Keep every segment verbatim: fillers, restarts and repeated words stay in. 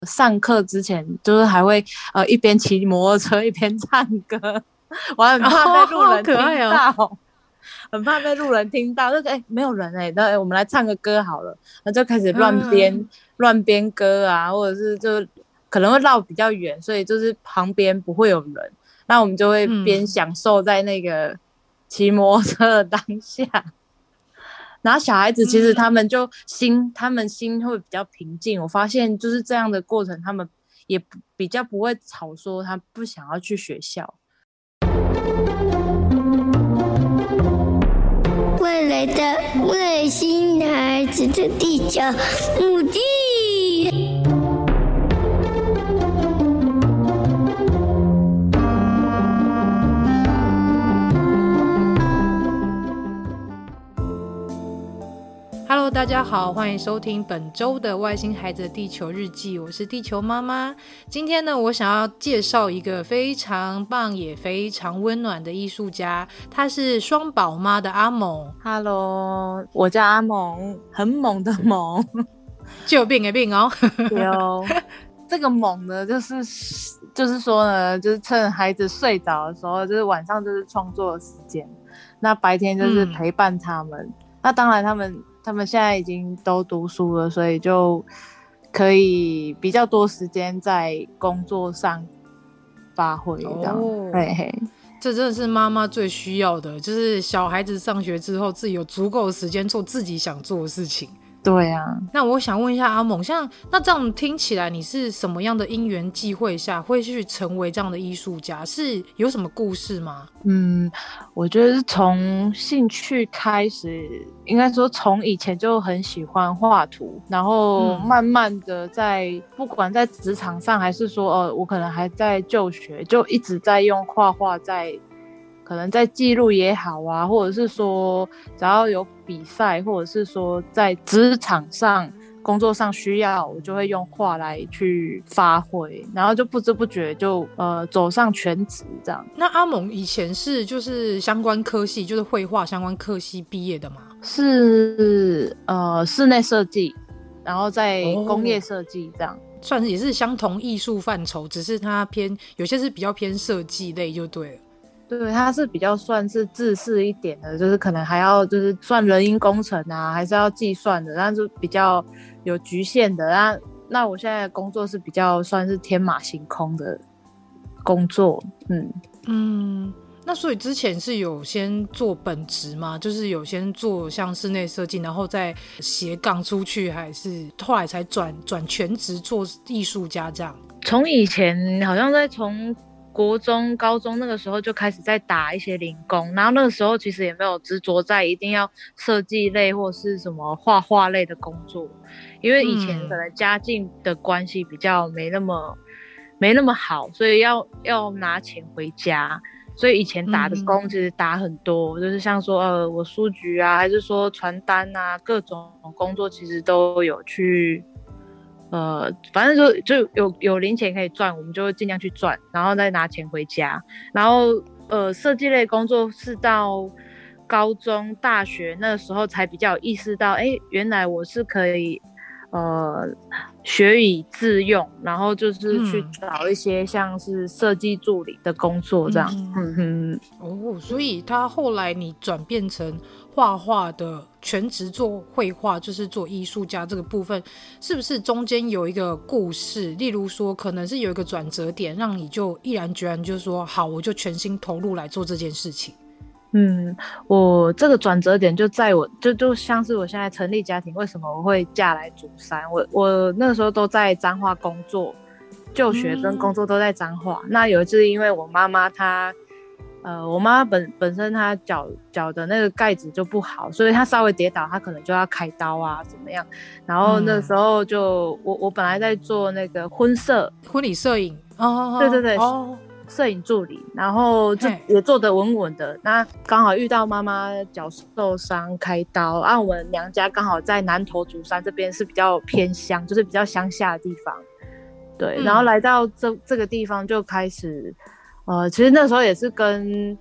上课之前就是还会呃一边骑摩托车一边唱歌，我很怕被路人听到，哦哦、很怕被路人听到。那个哎没有人哎、欸，那、欸、我们来唱个歌好了，那就开始乱编乱编歌啊，或者是就可能会绕比较远，所以就是旁边不会有人，那我们就会边享受在那个骑摩托车的当下。然后小孩子其实他们就心、嗯、他们心会比较平静，我发现就是这样的过程他们也比较不会吵说他不想要去学校。 未来的外星孩子的地球母地。 Hello， 大家好，欢迎收听本周的外星孩子的地球日记，我是地球妈妈。今天呢，我想要介绍一个非常棒也非常温暖的艺术家，他是双宝妈的阿猛。 Hello， 我叫阿猛，很猛的猛， 就有病的病哦。 有这个猛呢，就是就是说呢，就是趁孩子睡着的时候，就是晚上就是创作的时间，那白天就是陪伴他们。嗯、那当然他们。他们现在已经都读书了，所以就可以比较多时间在工作上发挥。哦，嘿嘿， 这真的是妈妈最需要的，就是小孩子上学之后，自己有足够的时间做自己想做的事情。 对啊， 那我想问一下阿猛，像那这样听起来，你是什么样的因缘际会下会去成为这样的艺术家？是有什么故事吗？ 嗯，我觉得是从兴趣开始，应该说从以前就很喜欢画图，然后慢慢的在、嗯、不管在职场上，还是说呃，我可能还在就学，就一直在用画画在。可能在记录也好啊，或者是说只要有比赛，或者是说在职场上工作上需要，我就会用画来去发挥，然后就不知不觉就呃走上全职这样。 那阿猛以前是就是相关科系，就是绘画相关科系毕业的吗？ 是呃室内设计，然后在工业设计这样。 哦，算是也是相同艺术范畴，只是它偏有些是比较偏设计类就对了。 对，它是比较算是制式一点的，就是可能还要就是算人因工程啊，还是要计算的，但是比较有局限的。那那我现在的工作是比较算是天马行空的工作，嗯嗯。那所以之前是有先做本职吗？就是有先做像室内设计，然后再斜杠出去，还是后来才转转全职做艺术家这样？ 从以前好像在从国中高中那个时候就开始在打一些零工，然后那个时候其实也没有执着在一定要设计类或是什么画画类的工作，因为以前可能家境的关系比较没那么没那么好，所以要要拿钱回家，所以以前打的工其实打很多，嗯、就是像说呃我书局啊，还是说传单啊，各种工作其实都有去。呃，反正就就有有零钱可以赚，我们就会尽量去赚，然后再拿钱回家。然后呃，设计类工作是到高中、大学那时候才比较有意識到，哎，原来我是可以呃学以致用，然后就是去找一些像是设计助理的工作这样。嗯嗯哦，所以他后来你转变成画画的全职做绘画，就是做艺术家这个部分，是不是中间有一个故事？例如说可能是有一个转折点，让你就毅然决然就说好，我就全心投入来做这件事情。 嗯，我这个转折点就在我就就像是我现在成立家庭，为什么我会嫁来竹山？我我那个时候都在彰化工作，就学跟工作都在彰化。嗯、那有一次因为我妈妈她呃，我妈妈本本身她脚脚的那个盖子就不好，所以她稍微跌倒，她可能就要开刀啊，怎么样？然后那时候就、嗯、我我本来在做那个婚摄婚礼摄影，哦， 对对对， 哦， 摄影助理，然后就也做得稳稳的。那刚好遇到妈妈脚受伤开刀，啊，我们娘家刚好在南投竹山这边是比较偏乡，就是比较乡下的地方，对，嗯、然后来到这这个地方就开始。呃，其实那时候也是跟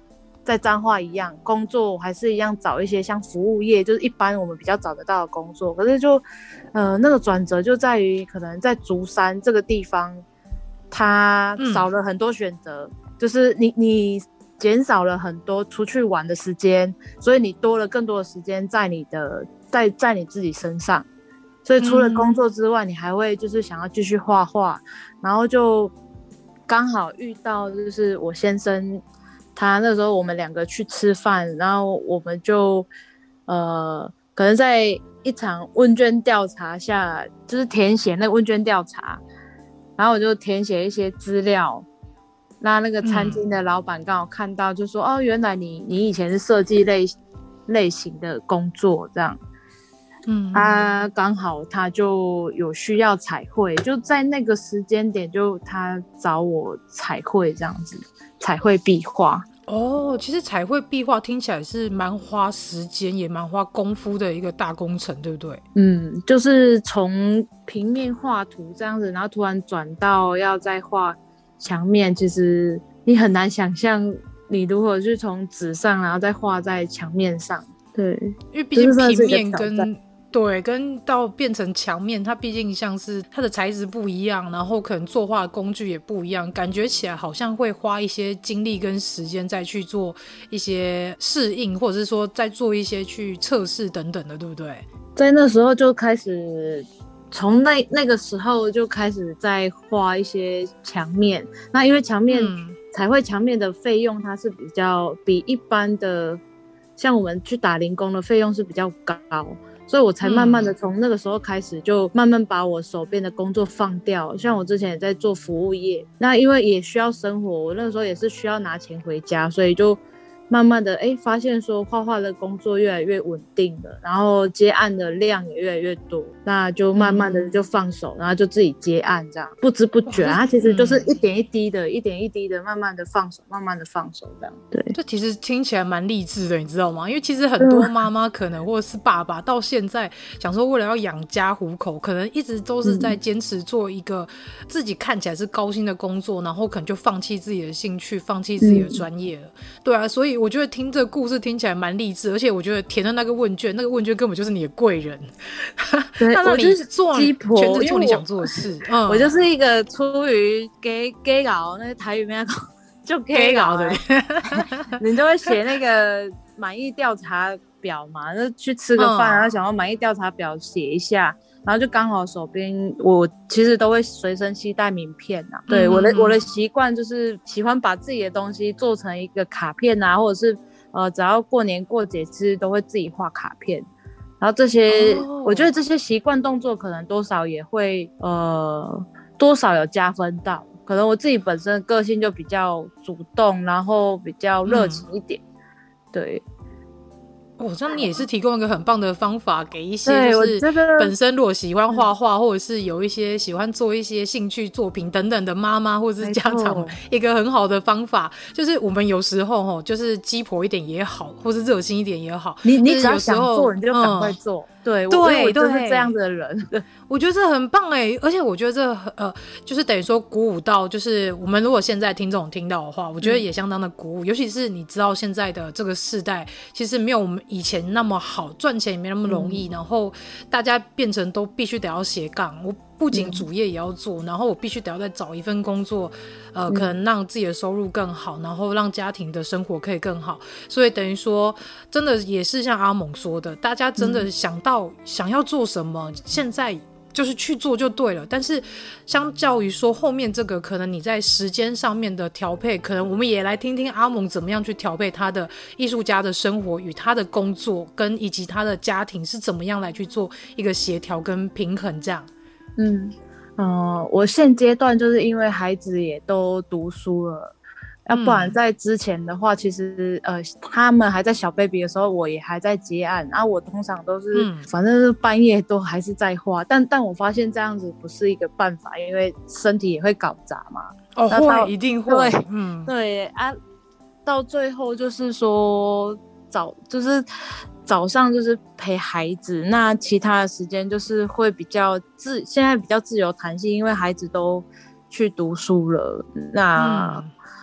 在彰化一样，工作还是一样找一些像服务业，就是一般我们比较找得到的工作。可是就，呃，那个转折就在于，可能在竹山这个地方，它少了很多选择，嗯、就是你你减少了很多出去玩的时间，所以你多了更多的时间在你的在在你自己身上。所以除了工作之外，嗯、你还会就是想要继续画画，然后就刚好遇到就是我先生。他那时候我们两个去吃饭，然后我们就呃，可能在一场问卷调查下，就是填写那个问卷调查，然后我就填写一些资料，那那个餐厅的老板刚好看到，就说、嗯、哦，原来你你以前是设计类类型的工作这样，嗯，他刚好他就有需要彩绘，就在那个时间点就他找我彩绘这样子，彩绘壁画。 哦，其实彩绘壁画听起来是蛮花时间也蛮花功夫的一个大工程，对不对？ 嗯，就是从平面画图这样子，然后突然转到要再画墙面，其实你很难想象你如何去从纸上然后再画在墙面上。对， 因为毕竟平面跟对跟到变成墙面，它毕竟像是它的材质不一样，然后可能作画的工具也不一样，感觉起来好像会花一些精力跟时间再去做一些适应，或者是说再做一些去测试等等的，对不对？ 在那时候就开始从那那个时候就开始在画一些墙面，那因为墙面、嗯、彩绘墙面的费用它是比较比一般的像我们去打零工的费用是比较高，所以我才慢慢的从那个时候开始就慢慢把我手边的工作放掉，像我之前也在做服务业，那因为也需要生活，我那个时候也是需要拿钱回家，所以就慢慢的哎发现说画画的工作越来越稳定了，然后接案的量也越来越多，那就慢慢的就放手、嗯、然后就自己接案这样，不知不觉它其实就是一点一滴的、嗯、一点一滴的慢慢的放手慢慢的放手这样。对， 这其实听起来蛮励志的，你知道吗？因为其实很多妈妈可能或者是爸爸到现在想说为了要养家糊口，可能一直都是在坚持做一个自己看起来是高薪的工作、嗯、然后可能就放弃自己的兴趣，放弃自己的专业了、嗯、对啊，所以我觉得听这个故事听起来蛮励志，而且我觉得填的那个问卷那个问卷根本就是你的贵人他让你做全职做你想做的事。我, 嗯、我就是一个出于给给稿那个台语面就给稿的你就会写那个满意调查表嘛，就去吃个饭、嗯、然后想要满意调查表写一下，然后就刚好手边我其实都会随身携带名片啊，对、嗯、我的我的习惯就是喜欢把自己的东西做成一个卡片啊，或者是呃只要过年过节其实都会自己画卡片，然后这些、哦、我觉得这些习惯动作可能多少也会呃多少有加分到，可能我自己本身的个性就比较主动，然后比较热情一点、嗯、对。 哦，这样你也是提供一个很棒的方法给一些就是本身如果喜欢画画、嗯、或者是有一些喜欢做一些兴趣作品等等的妈妈或者是家长一个很好的方法，就是我们有时候就是鸡婆一点也好，或是热心一点也好， 你你只要想做你就赶快做、嗯对， 对， 我我就是这样的人。 我觉得这很棒哎，而且我觉得这呃，就是等于说鼓舞到，就是我们如果现在听众听到的话，我觉得也相当的鼓舞、嗯。尤其是你知道现在的这个世代，其实没有我们以前那么好，赚钱也没那么容易，嗯、然后大家变成都必须得要斜杠。我不仅主业也要做、嗯，然后我必须得要再找一份工作，呃、嗯，可能让自己的收入更好，然后让家庭的生活可以更好。所以等于说，真的也是像阿猛说的，大家真的想到、嗯、想要做什么，现在就是去做就对了。但是相较于说后面这个，可能你在时间上面的调配，可能我们也来听听阿猛怎么样去调配他的艺术家的生活与他的工作，跟以及他的家庭是怎么样来去做一个协调跟平衡这样。 嗯，呃，我现阶段就是因为孩子也都读书了，要不然在之前的话，嗯、其实呃他们还在小 baby 的时候，我也还在接案，然后我通常都是、嗯、反正是半夜都还是在画，但但我发现这样子不是一个办法，因为身体也会搞砸嘛。 哦，会，一定会。 对，嗯，对啊，到最后就是说早就是。早上就是陪孩子，那其他的时间就是会比较自，现在比较自由弹性，因为孩子都去读书了。那、嗯、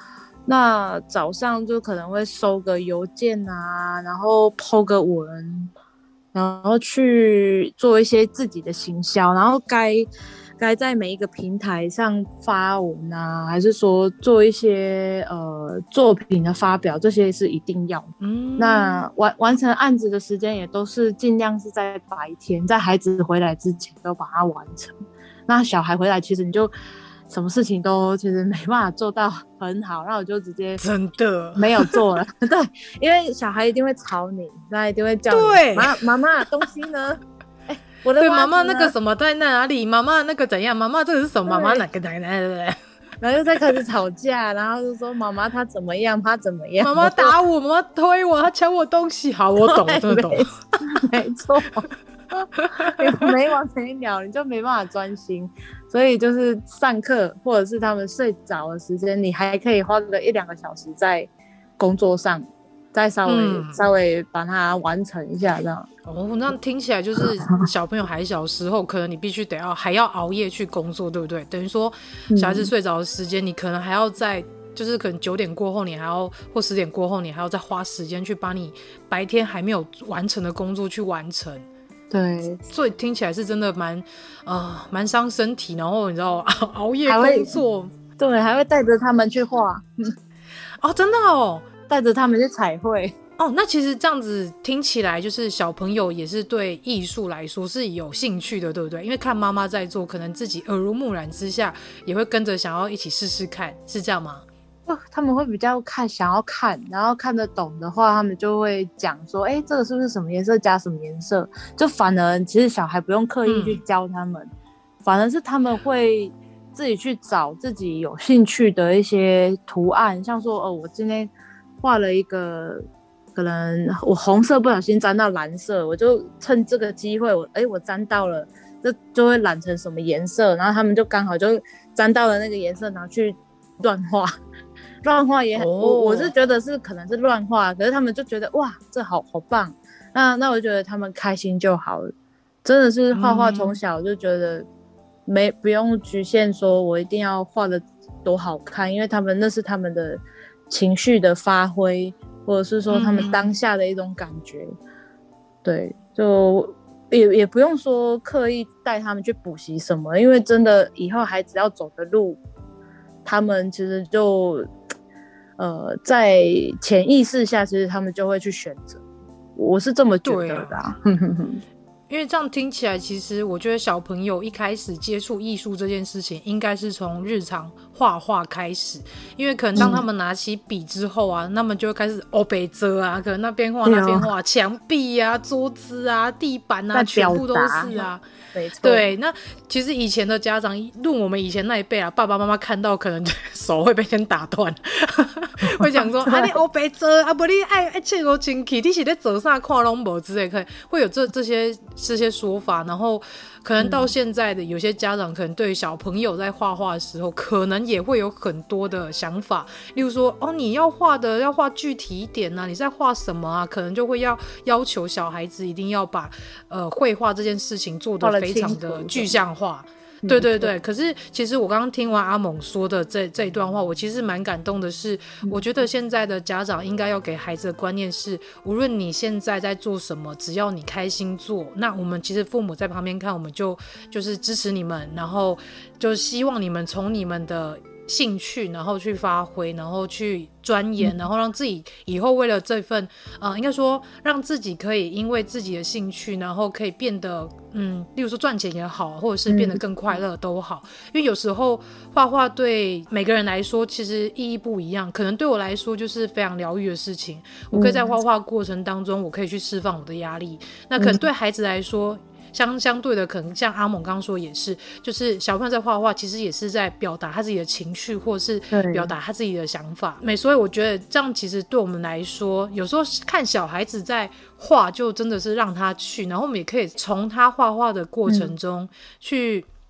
那早上就可能会收个邮件啊，然后 po 个文，然后去做一些自己的行销，然后该该在每一个平台上发文啊，还是说做一些呃作品的发表，这些是一定要的。嗯，那完完成案子的时间也都是尽量是在白天，在孩子回来之前都把它完成。那小孩回来，其实你就什么事情都其实没办法做到很好，然后我就直接真的没有做了。对，因为小孩一定会吵你，他一定会叫你对妈妈妈东西呢？哎，我的对， 妈妈妈那个什么在哪里？妈妈那个怎样？妈妈这个是什么？妈妈哪个哪个哪个？ 然后又再开始吵架，然后就说妈妈她怎么样，她怎么样？ 妈妈打我，妈妈推我，她抢我东西。好，我懂，我真的懂。 没错。没完没了，你就没办法专心，所以就是上课或者是他们睡着的时间，你还可以花个一两个小时在工作上，再稍微、嗯、稍微把它完成一下，这样。 哦，那听起来就是小朋友还小时候，可能你必须得要还要熬夜去工作，对不对？等于说小孩子睡着的时间，你可能还要在。就是可能九点过后，你还要或十点过后，你还要再花时间去把你白天还没有完成的工作去完成。 对， 所以听起来是真的蛮呃蛮伤身体，然后你知道熬夜工作， 对，还会带着他们去画。 哦，真的哦， 带着他们去彩绘。 哦，那其实这样子听起来，就是小朋友也是对艺术来说是有兴趣的，对不对？因为看妈妈在做，可能自己耳濡目染之下，也会跟着想要一起试试看，是这样吗？ 他们会比较看，想要看，然后看得懂的话，他们就会讲说，哎，这个是不是什么颜色加什么颜色？就反而其实小孩不用刻意去教他们，嗯、反而是他们会自己去找自己有兴趣的一些图案，像说，哦，我今天画了一个，可能我红色不小心沾到蓝色，我就趁这个机会，我哎我沾到了，这就会染成什么颜色，然后他们就刚好就沾到了那个颜色，然后去乱画。乱画也很、oh. 我, 我是觉得是可能是乱画，可是他们就觉得哇这好好棒，那那我觉得他们开心就好了，真的是画画从小就觉得没不用局限说我一定要画的多好看，因为他们那是他们的情绪的发挥，或者是说他们当下的一种感觉、嗯、对，就也也不用说刻意带他们去补习什么，因为真的以后孩子要走的路他们其实就呃在潜意识下其实他们就会去选择，我是这么觉得的、啊啊、 因为这样听起来其实我觉得小朋友一开始接触艺术这件事情应该是从日常画画开始，因为可能当他们拿起笔之后啊、嗯、他们就会开始欧北遮啊，可能那边画那边画，墙壁啊桌子啊地板啊全部都是啊， 没错。 对，那其实以前的家长论我们以前那一辈啊，爸爸妈妈看到可能手会被先打断会讲说啊你欧北遮啊不你爱爱切我亲戚你是在做啥看拢无之类，可能会有这这些这些说法，然后可能到现在的有些家长可能对小朋友在画画的时候可能也会有很多的想法，例如说哦你要画的要画具体一点啊，你在画什么啊，可能就会要要求小孩子一定要把呃绘画这件事情做得非常的具象化，对对对，可是其实我刚刚听完阿猛说的这这一段话，我其实蛮感动的是，我觉得现在的家长应该要给孩子的观念是，无论你现在在做什么，只要你开心做，那我们其实父母在旁边看，我们就就是支持你们，然后就希望你们从你们的兴趣然后去发挥，然后去钻研、嗯、然后让自己以后为了这份呃，应该说让自己可以因为自己的兴趣然后可以变得嗯，例如说赚钱也好，或者是变得更快乐都好、嗯、因为有时候画画对每个人来说其实意义不一样，可能对我来说就是非常疗愈的事情，我可以在画画过程当中我可以去释放我的压力，那可能对孩子来说相相对的可能像阿猛刚刚说也是，就是小朋友在画画其实也是在表达他自己的情绪或是表达他自己的想法，所以我觉得这样其实对我们来说有时候看小孩子在画就真的是让他去，然后我们也可以从他画画的过程中去、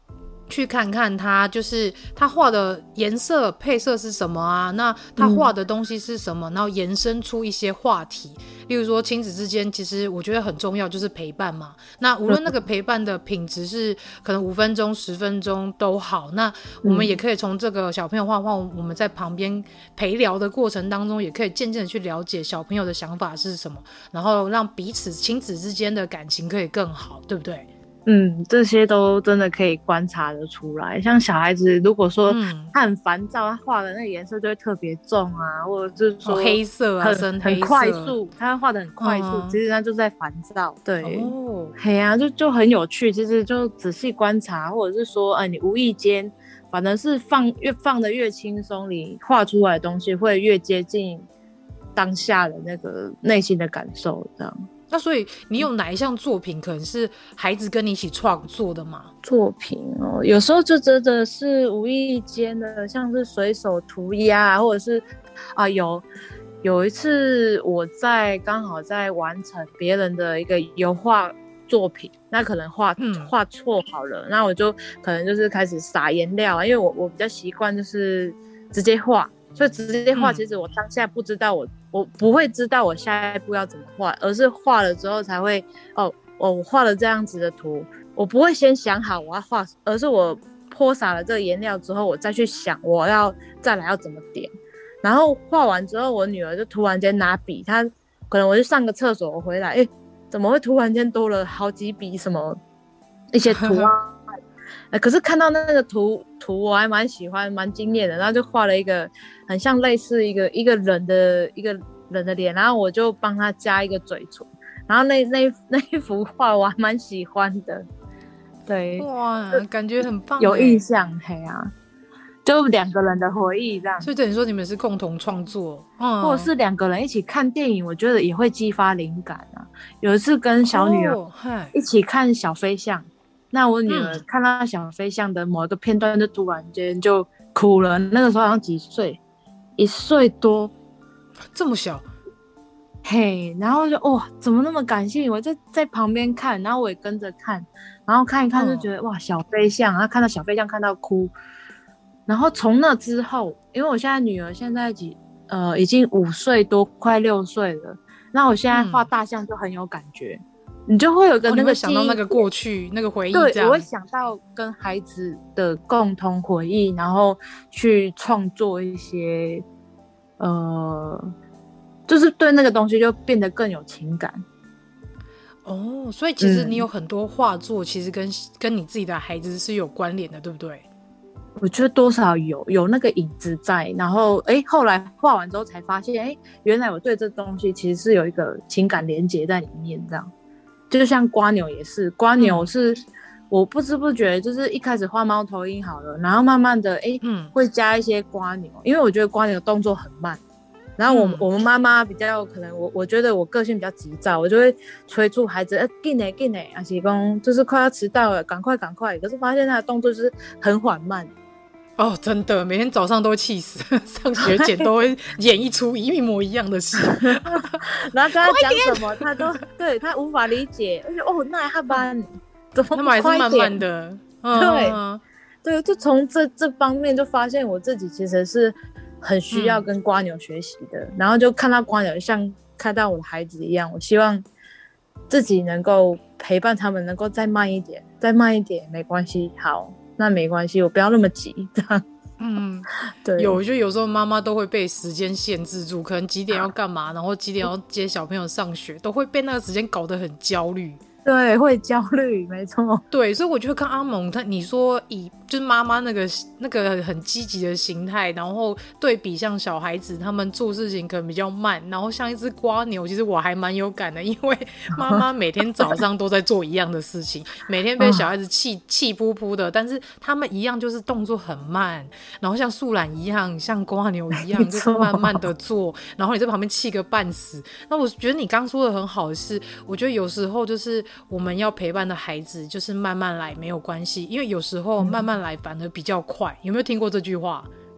去看看他就是他画的颜色配色是什么啊，那他画的东西是什么、嗯、然后延伸出一些话题，例如说亲子之间其实我觉得很重要就是陪伴嘛，那无论那个陪伴的品质是可能五分钟十分钟都好，那我们也可以从这个小朋友画画我们在旁边陪聊的过程当中也可以渐渐的去了解小朋友的想法是什么，然后让彼此亲子之间的感情可以更好，对不对？ 嗯，这些都真的可以观察得出来。像小孩子如果说他很烦躁，他画的那个颜色就会特别重啊，或者是说、 哦、黑色啊，深黑色， 很快速，他画的很快速、嗯、其实他就在烦躁。对， 哦， 嘿啊，就就很有趣。其实就仔细观察，或者是说，哎、呃，你无意间，反正是放越放的越轻松，你画出来的东西会越接近当下的那个内心的感受，这样。 那所以你有哪一项作品可能是孩子跟你一起创作的吗？ 作品哦，有时候就真的是无意间的，像是随手涂鸦，或者是啊有有一次我在刚好在完成别人的一个油画作品，那可能画画错好了，那我就可能就是开始撒颜料啊，因为我我比较习惯就是直接画。所以直接画，其实我当下不知道我、嗯、我不会知道我下一步要怎么画，而是画了之后才会哦，我画了这样子的图，我不会先想好我要画，而是我泼洒了这个颜料之后，我再去想我要再来要怎么点。然后画完之后，我女儿就突然间拿笔，她可能我去上个厕所，我回来，哎，怎么会突然间多了好几笔什么一些图案？呃、可是看到那个图图我还蛮喜欢蛮惊艳的，然后就画了一个很像类似一个一个人的一个人的脸，然后我就帮他加一个嘴唇，然后那那那一幅画我还蛮喜欢的。对， 哇，感觉很棒， 有印象。嘿啊，就两个人的回忆这样。 所以等于说你们是共同创作、嗯、 或者是两个人一起看电影，我觉得也会激发灵感啊。有一次跟小女儿一起看小飞象、哦，那我女儿看到小飞象的某一个片段，就突然间就哭了。那个时候好像几岁，一岁多， 这么小， 嘿，然后就哇，怎么那么感性？我在在旁边看，然后我也跟着看，然后看一看就觉得、哦、哇，小飞象，然后看到小飞象看到哭。然后从那之后，因为我现在女儿现在几呃已经五岁多，快六岁了，那我现在画大象就很有感觉。嗯，你就会有个那个、哦、 想到那个过去那个回忆， 对，我会想到跟孩子的共同回忆，然后去创作一些呃，就是对那个东西就变得更有情感。 哦，所以其实你有很多画作、嗯、其实跟跟你自己的孩子是有关联的，对不对？ 我觉得多少有有那个影子在，然后哎，后来画完之后才发现，哎，原来我对这东西其实是有一个情感连结在里面，这样。就像蝸牛也是，蝸牛是、嗯、我不知不觉就是一开始画猫头鹰好了，然后慢慢的哎、嗯，会加一些蝸牛，因为我觉得蝸牛动作很慢，然后我、嗯、我们妈妈比较可能我我觉得我个性比较急躁，我就会催促孩子，哎，紧嘞紧嘞，而且讲就是快要迟到了，赶快赶快，可是发现他的动作就是很缓慢。 哦，真的，每天早上都会气死，上学前都会演一出一模一样的事， 然后跟他讲什么，他都对他无法理解，而且哦，那还慢，怎么他们还是慢慢的， 嗯、对对，就从这这方面就发现我自己其实是很需要跟蝸牛学习的、嗯，然后就看到蝸牛像看到我的孩子一样，我希望自己能够陪伴他们，能够再慢一点，再慢一点没关系，好。那没关系，我不要那么急，这样。 嗯，对，有就有时候妈妈都会被时间限制住，可能几点要干嘛，然后几点要接小朋友上学，都会被那个时间搞得很焦虑。 对，会焦虑，没错。 对，所以我觉得看阿蒙他，你说以就是妈妈那个那个很积极的形态，然后对比像小孩子他们做事情可能比较慢，然后像一只蝸牛，其实我还蛮有感的，因为妈妈每天早上都在做一样的事情，每天被小孩子气气噗噗的，但是他们一样就是动作很慢，然后像树懒一样，像蝸牛一样，就是慢慢的做，然后你在旁边气个半死。那我觉得你刚说的很好的是，我觉得有时候就是我们要陪伴的孩子就是慢慢来没有关系，因为有时候慢慢来反而比较快、嗯、有没有听过这句话？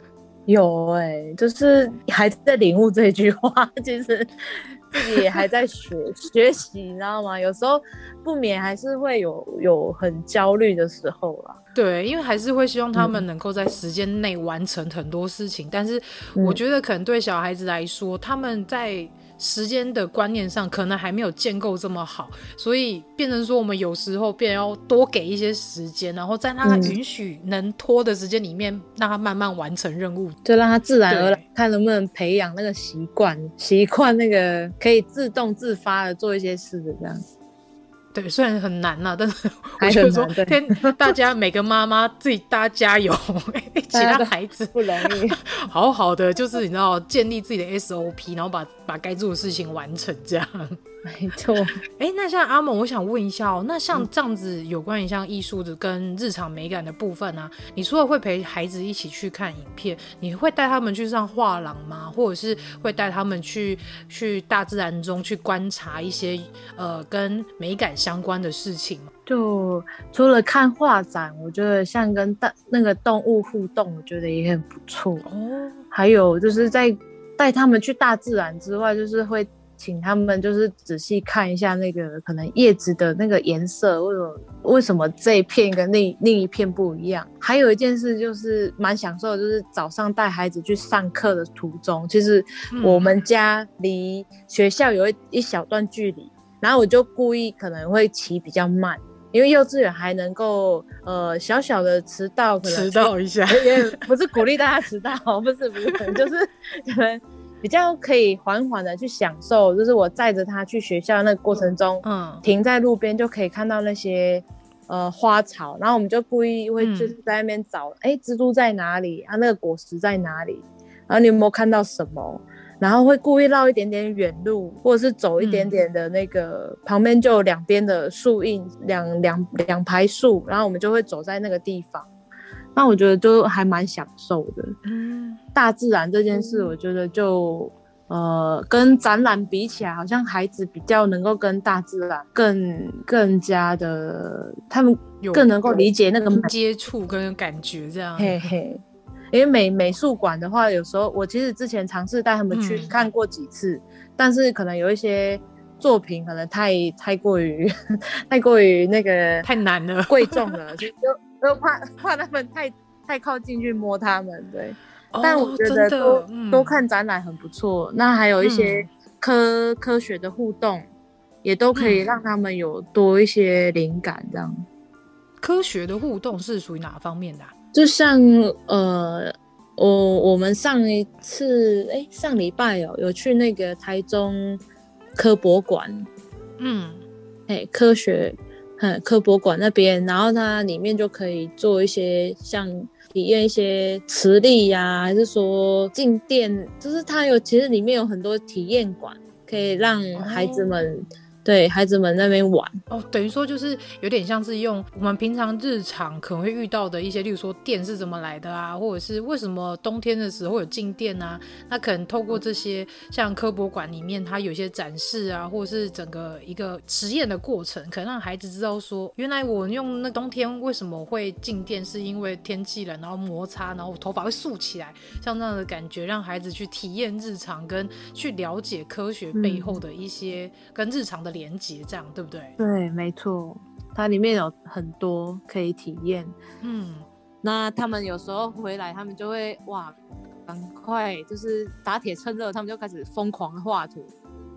有哎、欸，就是还在领悟这句话，其实自己也还在学学习，你知道吗？有时候不免还是会有有很焦虑的时候啦。 对，因为还是会希望他们能够在时间内完成很多事情，嗯、但是我觉得可能对小孩子来说，他们在时间的观念上可能还没有建构这么好，所以变成说我们有时候变要多给一些时间，然后在他允许能拖的时间里面，让他慢慢完成任务， 就让他自然而然看能不能培养那个习惯，习惯那个可以自动自发的做一些事的这样子。 对，虽然很难啦，但是我觉得说天大家每个妈妈自己大家加油，一起让孩子不容易， 好好的就是你知道建立自己的 S O P， 然后把把该做的事情完成这样。 没错。 哎，那像阿蒙，我想问一下哦，那像这样子有关于像艺术的跟日常美感的部分啊，你除了会陪孩子一起去看影片，你会带他们去上画廊吗？或者是会带他们去去大自然中去观察一些呃跟美感相关的事情吗？ 就除了看画展，我觉得像跟大那个动物互动，我觉得也很不错哦。还有就是在带他们去大自然之外，就是会请他们就是仔细看一下那个可能叶子的那个颜色，为什么为什么这一片跟另另一片不一样。还有一件事就是蛮享受的，就是早上带孩子去上课的途中，其实我们家离学校有 一, 一小段距离，然后我就故意可能会骑比较慢，因为幼稚园还能够呃小小的迟到，可能迟到一下， 也不是鼓励大家迟到，不是不是，可能就是可能比较可以缓缓的去享受，就是我载着他去学校那个过程中，嗯，停在路边就可以看到那些呃花草，然后我们就故意会就是在那边找，哎、嗯，蜘蛛在哪里啊？那个果实在哪里？然后你有没有看到什么？然后会故意绕一点点远路，或者是走一点点的那个、嗯、旁边就有两边的树荫，两两两排树，然后我们就会走在那个地方。那我觉得就还蛮享受的。嗯，大自然这件事，我觉得就、嗯、呃跟展览比起来，好像孩子比较能够跟大自然更更加的，他们更能够理解那个接触跟感觉这样。 嘿嘿。因为美美术馆的话，有时候我其实之前尝试带他们去看过几次、嗯、但是可能有一些作品可能太太过于太过于那个太难了， 贵重了，就就怕怕他们太太靠近去摸他们，对。哦、但我觉得多、嗯、多看展览很不错。那还有一些科、嗯、科学的互动，也都可以让他们有多一些灵感，这样。 科学的互动是属于哪方面的、啊？ 就像呃，我我们上一次哎上礼拜哦有去那个台中科博馆，嗯，哎科学嗯科博馆那边，然后它里面就可以做一些像体验一些磁力呀、啊，还是说静电，就是它有其实里面有很多体验馆，可以让孩子们。哦对孩子们那边玩哦，等于说就是有点像是用我们平常日常可能会遇到的一些，例如说电是怎么来的啊，或者是为什么冬天的时候会有静电啊，那可能透过这些像科博馆里面它有些展示啊，或者是整个一个实验的过程，可能让孩子知道说原来我用那冬天为什么会静电，是因为天气冷然后摩擦然后头发会竖起来，像这样的感觉让孩子去体验日常跟去了解科学背后的一些跟日常的连结，这样对不对？ 对，没错，它里面有很多可以体验。嗯，那他们有时候回来，他们就会哇，赶快就是打铁趁热，他们就开始疯狂的画图。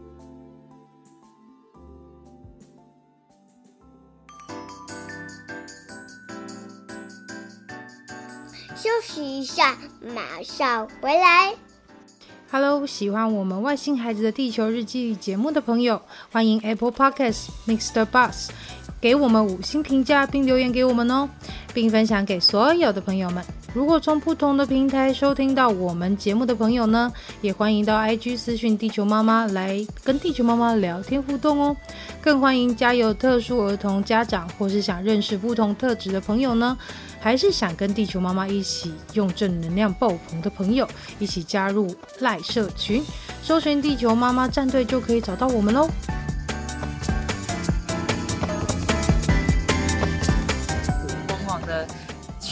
休息一下，马上回来。 Hello， 喜欢我们外星孩子的地球日记节目的朋友，欢迎 Apple Podcast、Mixer Bus 给我们五星评价并留言给我们哦，并分享给所有的朋友们。如果从不同的平台收听到我们节目的朋友呢，也欢迎到 I G 私讯地球妈妈来跟地球妈妈聊天互动哦。更欢迎家有特殊儿童家长或是想认识不同特质的朋友呢，还是想跟地球妈妈一起用正能量爆棚的朋友，一起加入赖社群，搜寻地球妈妈战队就可以找到我们咯。 疯狂的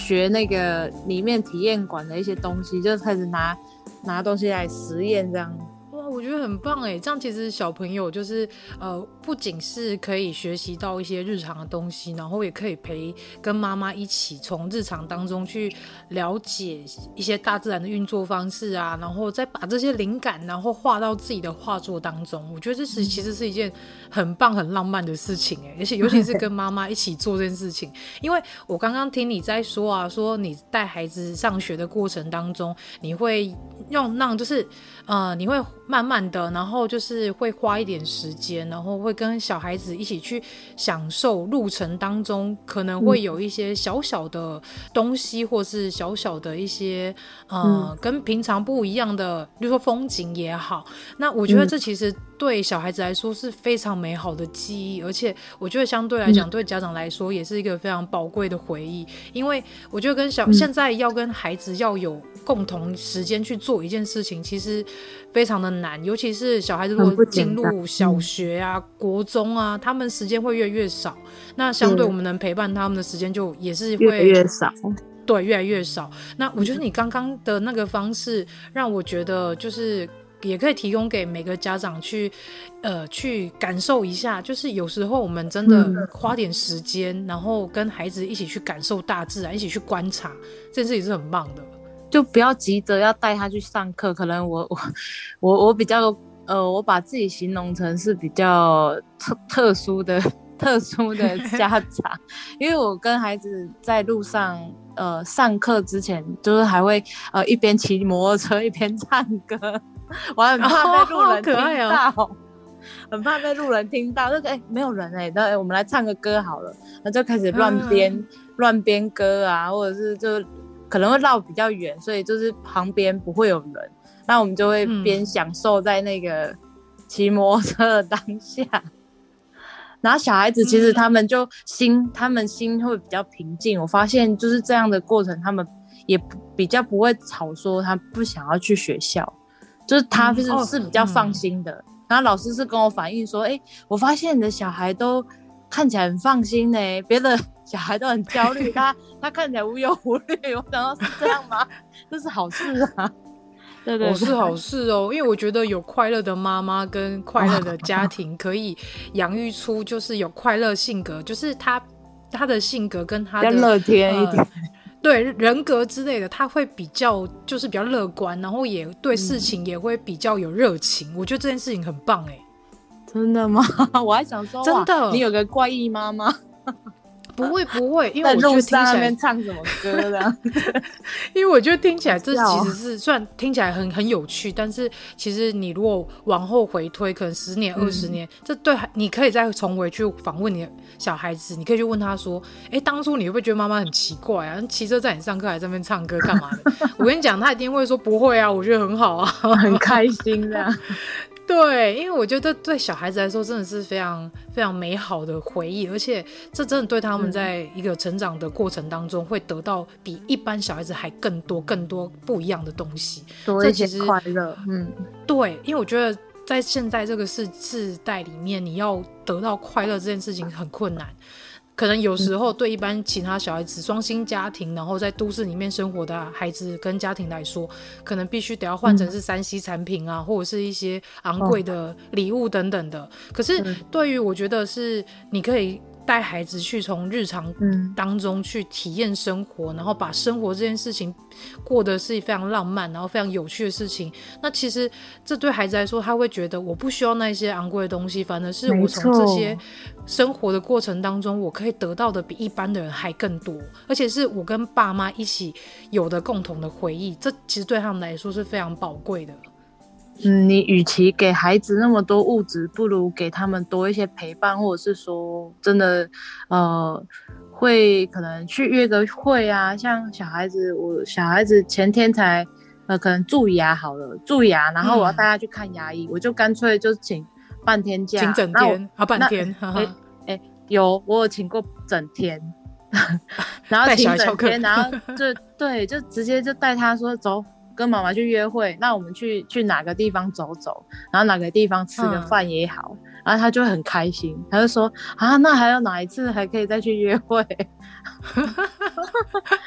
学那个里面体验馆的一些东西，就开始拿拿东西来实验这样。 哇，我觉得很棒哎！这样其实小朋友就是呃，不仅是可以学习到一些日常的东西，然后也可以陪跟妈妈一起从日常当中去了解一些大自然的运作方式啊，然后再把这些灵感然后画到自己的画作当中。我觉得这是其实是一件很棒很浪漫的事情哎，而且尤其是跟妈妈一起做这件事情。因为我刚刚听你在说啊，说你带孩子上学的过程当中，你会用让就是呃，你会慢慢的，然后就是会花一点时间，然后会跟小孩子一起去享受路程当中可能会有一些小小的东西，或是小小的一些呃、嗯、跟平常不一样的，比如说风景也好。那我觉得这其实对小孩子来说是非常美好的记忆，而且我觉得相对来讲、嗯、对家长来说也是一个非常宝贵的回忆。因为我觉得跟小、嗯、现在要跟孩子要有共同时间去做一件事情其实非常的难，尤其是小孩子如果进入小学啊、嗯、国中啊，他们时间会越来越少，那相对我们能陪伴他们的时间就也是会越来越少， 对，越来越少。那我觉得你刚刚的那个方式让我觉得就是也可以提供给每个家长去呃去感受一下，就是有时候我们真的花点时间、嗯、然后跟孩子一起去感受大自然，一起去观察，这件事情是很棒的。 就不要急着要带他去上课，可能我我我我比较呃，我把自己形容成是比较特特殊的特殊的家长，因为我跟孩子在路上呃上课之前，就是还会呃一边骑摩托车一边唱歌，我很怕被路人听到，哦哦、很怕被路人听到，那个哎没有人哎、欸，那、欸、我们来唱个歌好了，那就开始乱编乱编歌啊，或者是就。可能会绕比较远，所以就是旁边不会有人，那我们就会边享受在那个骑摩托车的当下、嗯、然后小孩子其实他们就心、嗯、他们心会比较平静，我发现就是这样的过程他们也比较不会吵说他不想要去学校，就是他是、嗯、是比较放心的、嗯、然后老师是跟我反映说哎、欸，我发现你的小孩都看起来很放心耶，别的小孩都很焦虑，他他看起来无忧无虑。我想到是这样吗？这是好事啊，对对对， 哦，是好事哦。因为我觉得有快乐的妈妈跟快乐的家庭，可以养育出就是有快乐性格，就是他他的性格跟他的比较乐天一点、呃， 对人格之类的，他会比较就是比较乐观，然后也对事情也会比较有热情、嗯。我觉得这件事情很棒哎。 真的吗？我还想说， 真的， 你有个怪异妈妈。 不会不会，因为我觉得听起来在路上那边唱什么歌的因为我觉得听起来这其实是虽然听起来很很有趣，但是其实你如果往后回推可能十年二十年、嗯、这对你可以再重回去访问你的小孩子，你可以去问他说哎，当初你会不会觉得妈妈很奇怪啊，骑车载你上课还在那边唱歌干嘛的我跟你讲他一定会说不会啊，我觉得很好啊很开心这样对，因为我觉得对小孩子来说真的是非常非常美好的回忆，而且这真的对他们在一个成长的过程当中会得到比一般小孩子还更多更多不一样的东西， 多一些快乐。嗯， 对，因为我觉得在现在这个世世代里面，你要得到快乐这件事情很困难。可能有时候对一般其他小孩子双薪家庭然后在都市里面生活的孩子跟家庭来说，可能必须得要换成是 三 C 产品啊、嗯、或者是一些昂贵的礼物等等的。可是对于我觉得是你可以带孩子去从日常当中去体验生活、嗯、然后把生活这件事情过得是非常浪漫然后非常有趣的事情，那其实这对孩子来说他会觉得我不需要那些昂贵的东西，反而是我从这些生活的过程当中我可以得到的比一般的人还更多，而且是我跟爸妈一起有的共同的回忆，这其实对他们来说是非常宝贵的。 嗯，你与其给孩子那么多物质，不如给他们多一些陪伴，或者是说真的呃会可能去约个会啊，像小孩子我小孩子前天才呃可能蛀牙好了蛀牙，然后我要带他去看牙医、嗯、我就干脆就请半天假， 请整天啊半天哎、 欸、有我有请过整天然后请整天然后就对就直接就带他说走跟妈妈去约会，那我们去去哪个地方走走，然后哪个地方吃个饭也好、嗯、然后他就很开心，他就说啊那还有哪一次还可以再去约会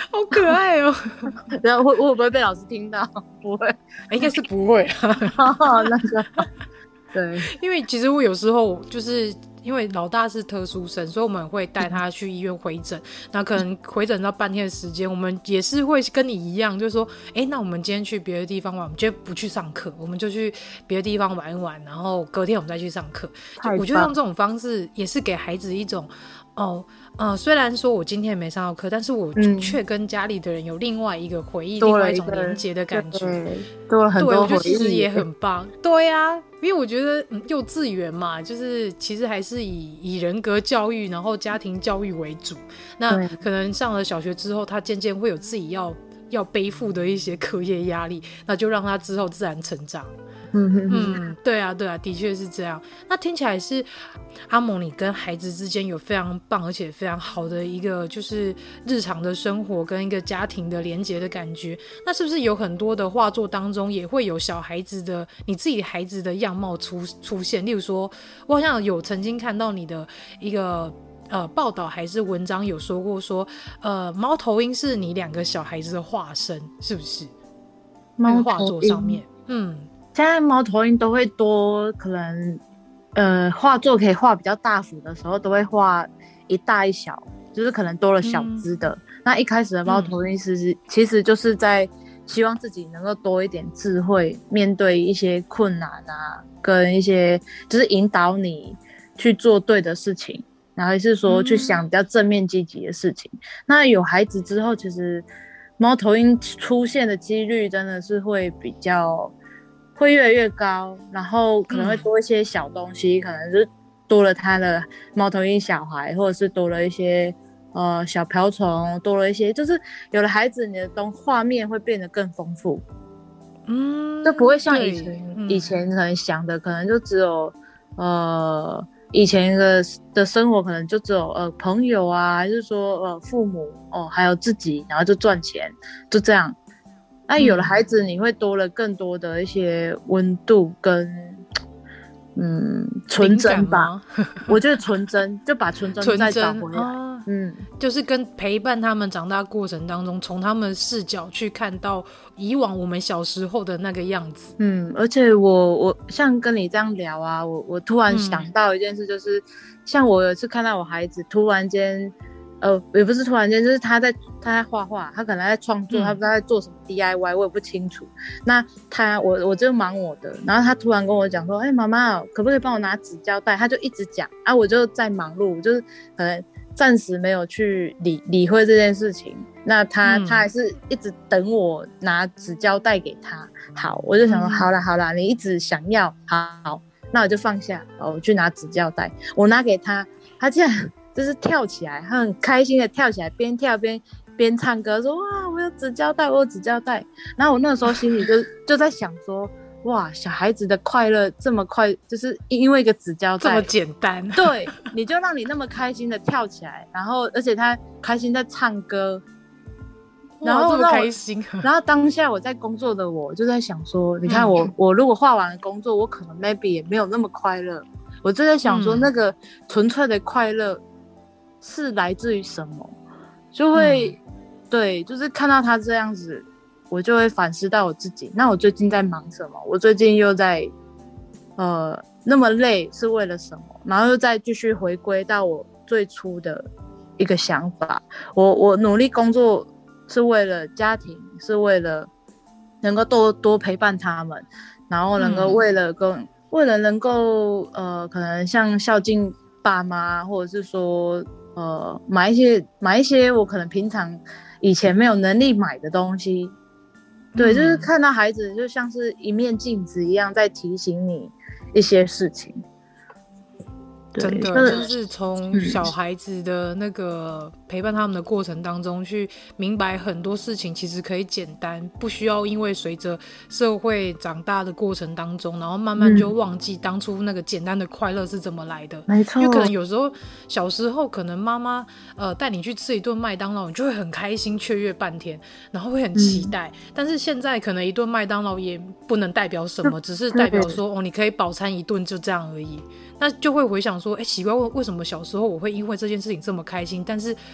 好可爱哦。 然后会会不会被老师听到？不会， 应该是不会啦。 那个对， 因为其实我有时候就是因为老大是特殊生，所以我们会带他去医院回诊，那可能回诊到半天的时间，我们也是会跟你一样，就是说哎，那我们今天去别的地方玩，我们就不去上课，我们就去别的地方玩一玩，然后隔天我们再去上课。我觉得用这种方式也是给孩子一种哦，呃，虽然说我今天没上到课，但是我却跟家里的人有另外一个回忆，另外一种连结的感觉， 多了很多回忆， 对，我觉得其实也很棒。对啊，因为我觉得、嗯、幼稚园嘛，就是其实还是以以人格教育，然后家庭教育为主。那可能上了小学之后，他渐渐会有自己要要背负的一些课业压力，那就让他之后自然成长。 嗯嗯，对啊，对啊，的确是这样。那听起来是阿蒙，你跟孩子之间有非常棒而且非常好的一个就是日常的生活跟一个家庭的连结的感觉。那是不是有很多的画作当中也会有小孩子的你自己孩子的样貌出出现？例如说，我好像有曾经看到你的一个。呃，报道还是文章有说过说，呃，猫头鹰是你两个小孩子的化身，是不是？那个画作上面，嗯。 现在猫头鹰都会多，可能呃画作可以画比较大幅的时候，都会画一大一小，就是可能多了小只的。嗯、那一开始的猫头鹰是、嗯、其实就是在希望自己能够多一点智慧，面对一些困难啊，跟一些就是引导你去做对的事情，然后也是说去想比较正面积极的事情。嗯、那有孩子之后，其实猫头鹰出现的几率真的是会比较。会越来越高，然后可能会多一些小东西，嗯、可能是多了他的猫头鹰小孩，或者是多了一些呃小瓢虫，多了一些，就是有了孩子，你的东画面会变得更丰富，嗯，就不会像以前、嗯、以前可能想的，可能就只有呃以前的的生活可能就只有呃朋友啊，还是说呃父母哦，还有自己，然后就赚钱，就这样。那、啊、有了孩子，你会多了更多的一些温度跟嗯纯真吧？我觉得纯真，就把纯真再找回来。啊、嗯， 就是跟陪伴他们长大过程当中，从他们视角去看到以往我们小时候的那个样子。 嗯，而且我我像跟你这样聊啊，我我突然想到一件事，就是、嗯、像我有一次看到我孩子突然间。呃，也不是突然间，就是他在他在画画，他可能在创作，嗯、他不知道在做什么 D I Y， 我也不清楚。那他我我就忙我的，然后他突然跟我讲说：“哎、欸，妈妈，可不可以帮我拿纸胶带？”他就一直讲啊，我就在忙碌，就是可能暂时没有去理理会这件事情。那他、嗯、他还是一直等我拿纸胶带给他。好，我就想说，嗯、好啦好啦，你一直想要，好，那我就放下，我去拿纸胶带，我拿给他，他竟然。就是跳起来，他很开心的跳起来，边跳边边唱歌，说哇，我有纸胶带，我有纸胶带。然后我那个时候心里就就在想说，哇，小孩子的快乐这么快，就是因为一个纸胶带， 这么简单。 对，你就让你那么开心的跳起来，然后而且他开心在唱歌， 然后这么开心。 然后当下我在工作的我就在想说，你看我、嗯、我如果画完了工作，我可能 maybe 也没有那么快乐。我就在想说，嗯、那个纯粹的快乐。是来自于什么？就会、嗯、对，就是看到他这样子，我就会反思到我自己。那我最近在忙什么？我最近又在呃那么累是为了什么？然后又再继续回归到我最初的一个想法。我我努力工作是为了家庭，是为了能够多多陪伴他们，然后能够为了跟、嗯、为了能够呃可能像孝敬爸妈，或者是说。呃，买一些买一些我可能平常以前没有能力买的东西，对，嗯、就是看到孩子就像是一面镜子一样，在提醒你一些事情。 真的就是从小孩子的那个陪伴他们的过程当中去明白很多事情其实可以简单，不需要因为随着社会长大的过程当中然后慢慢就忘记当初那个简单的快乐是怎么来的。 没错， 因为可能有时候小时候可能妈妈呃带你去吃一顿麦当劳，你就会很开心雀跃半天，然后会很期待、嗯、但是现在可能一顿麦当劳也不能代表什么，只是代表说哦你可以饱餐一顿就这样而已。那就会回想说哎，奇怪为什么小时候我会因为这件事情这么开心，但是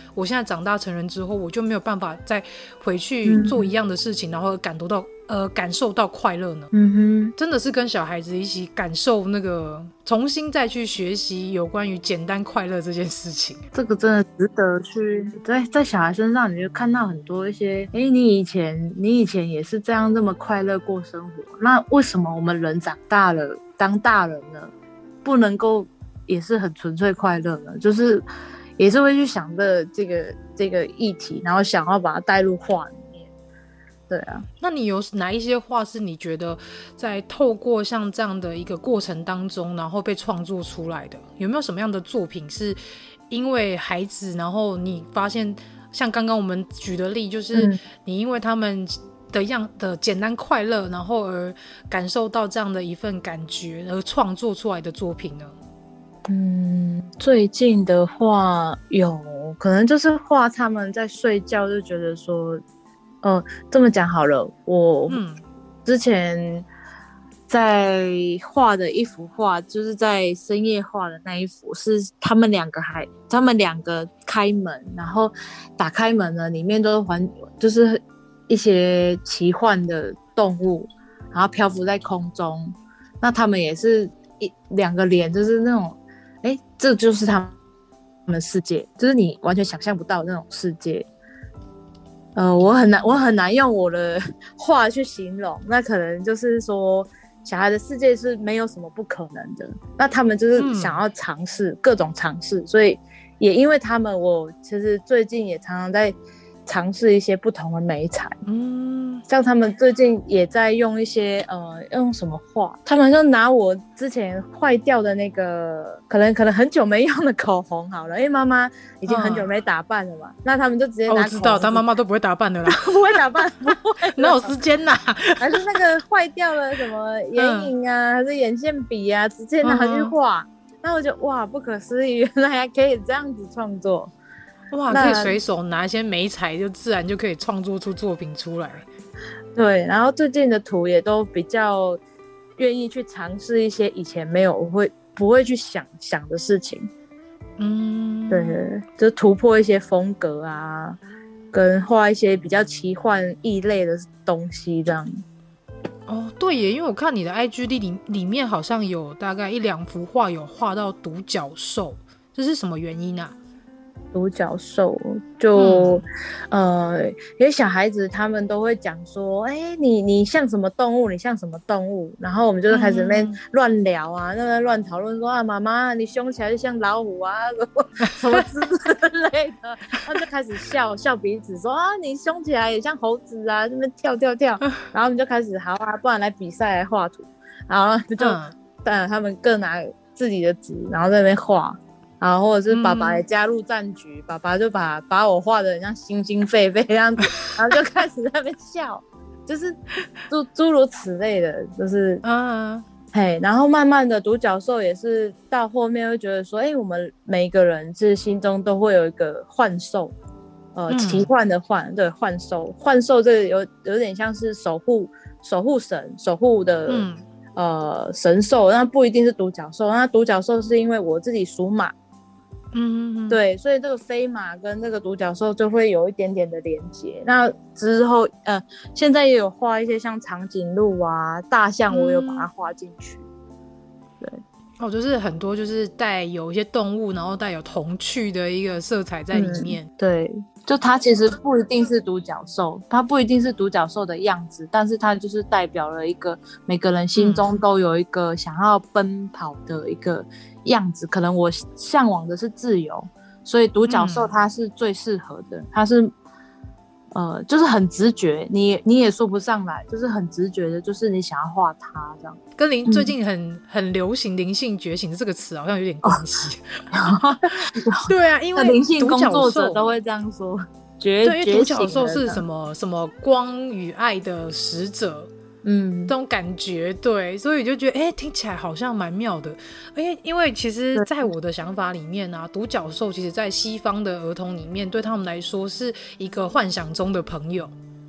我现在长大成人之后，我就没有办法再回去做一样的事情，嗯、然后感读到呃感受到快乐呢？ 嗯哼， 真的是跟小孩子一起感受那个，重新再去学习有关于简单快乐这件事情。 这个真的值得去在在小孩身上，你就看到很多一些，哎，你以前你以前也是这样这么快乐过生活，那为什么我们人长大了当大人了，不能够也是很纯粹快乐呢？就是也是会去想的这个这个议题，然后想要把它带入画里面。对啊， 那你有哪一些画是你觉得在透过像这样的一个过程当中，然后被创作出来的？有没有什么样的作品是因为孩子，然后你发现像刚刚我们举的例，就是你因为他们的样的简单快乐，然后而感受到这样的一份感觉而创作出来的作品呢？ 嗯，最近的话有可能就是画他们在睡觉，就觉得说呃，这么讲好了，我之前在画的一幅画，就是在深夜画的那一幅，是他们两个还他们两个开门，然后打开门呢，里面都是环就是一些奇幻的动物，然后漂浮在空中，那他们也是一两个脸，就是那种，哎，这就是他们的世界，就是你完全想象不到的那种世界。呃，我很难，我很难用我的话去形容。那可能就是说，小孩的世界是没有什么不可能的。那他们就是想要尝试、嗯、各种尝试，所以也因为他们，我其实最近也常常在尝试一些不同的媒材。嗯，像他们最近也在用一些呃，用什么画？他们就拿我之前坏掉的那个，可能可能很久没用的口红好了，因为妈妈已经很久没打扮了嘛，嗯、那他们就直接拿口红。哦、我知道，他妈妈都不会打扮的啦， 不会打扮，不会， 哪有时间呐、啊？ 还是那个坏掉了什么眼影啊，嗯、还是眼线笔啊，直接拿去画。嗯、那我就哇，不可思议，原来还可以这样子创作。 哇，可以随手拿一些媒材，就自然就可以创作出作品出来。 对，然后最近的图也都比较愿意去尝试一些以前没有会不会去想想的事情。嗯，对对对，就突破一些风格啊，跟画一些比较奇幻异类的东西这样。 哦，对耶，因为我看你的 I G 里里面好像有大概一两幅画有画到独角兽，这是什么原因啊？ 独角兽就、嗯、呃，因为小孩子他们都会讲说，哎、欸，你你像什么动物？你像什么动物？然后我们就开始在那边乱聊啊，那边乱讨论说啊，妈妈你凶起来就像老虎啊，什么什么之类的，然后就开始笑笑彼此说啊，你凶起来也像猴子啊，这边跳跳跳，然后我们就开始好啊，不然来比赛来画图，然后就当然、嗯、他们各拿自己的纸，然后在那边画。然后或者是爸爸也加入战局、嗯、爸爸就把把我画的很像猩猩狒狒这样子，然后就开始在那边笑，就是诸诸如此类的，就是嗯，嘿，然后慢慢的独角兽也是到后面会觉得说，哎，我们每一个人是心中都会有一个幻兽，呃，嗯、奇幻的幻，对，幻兽，幻兽这个有有点像是守护守护神守护的。嗯呃，神兽，那不一定是独角兽，那独角兽是因为我自己属马，嗯，对，所以这个飞马跟这个独角兽就会有一点点的连接。那之后，呃，现在也有画一些像长颈鹿啊、大象，我有把它画进去。嗯、对， 哦，就是很多就是带有一些动物，然后带有童趣的一个色彩在里面。 嗯、对。就它其实不一定是独角兽，它不一定是独角兽的样子，但是它就是代表了一个每个人心中都有一个想要奔跑的一个样子。嗯、可能我向往的是自由，所以独角兽它是最适合的，嗯、它是呃，就是很直觉，你你也说不上来，就是很直觉的，就是你想要画它这样。 跟灵最近很、嗯、很流行灵性觉醒这个词好像有点关系。对啊，因为灵性工作者都会这样说。觉对，因为独角兽是什么什么光与爱的使者。嗯，这种感觉，对，所以就觉得哎、欸，听起来好像蛮妙的。因为因为其实在我的想法里面啊，独角兽其实在西方的儿童里面对他们来说是一个幻想中的朋友。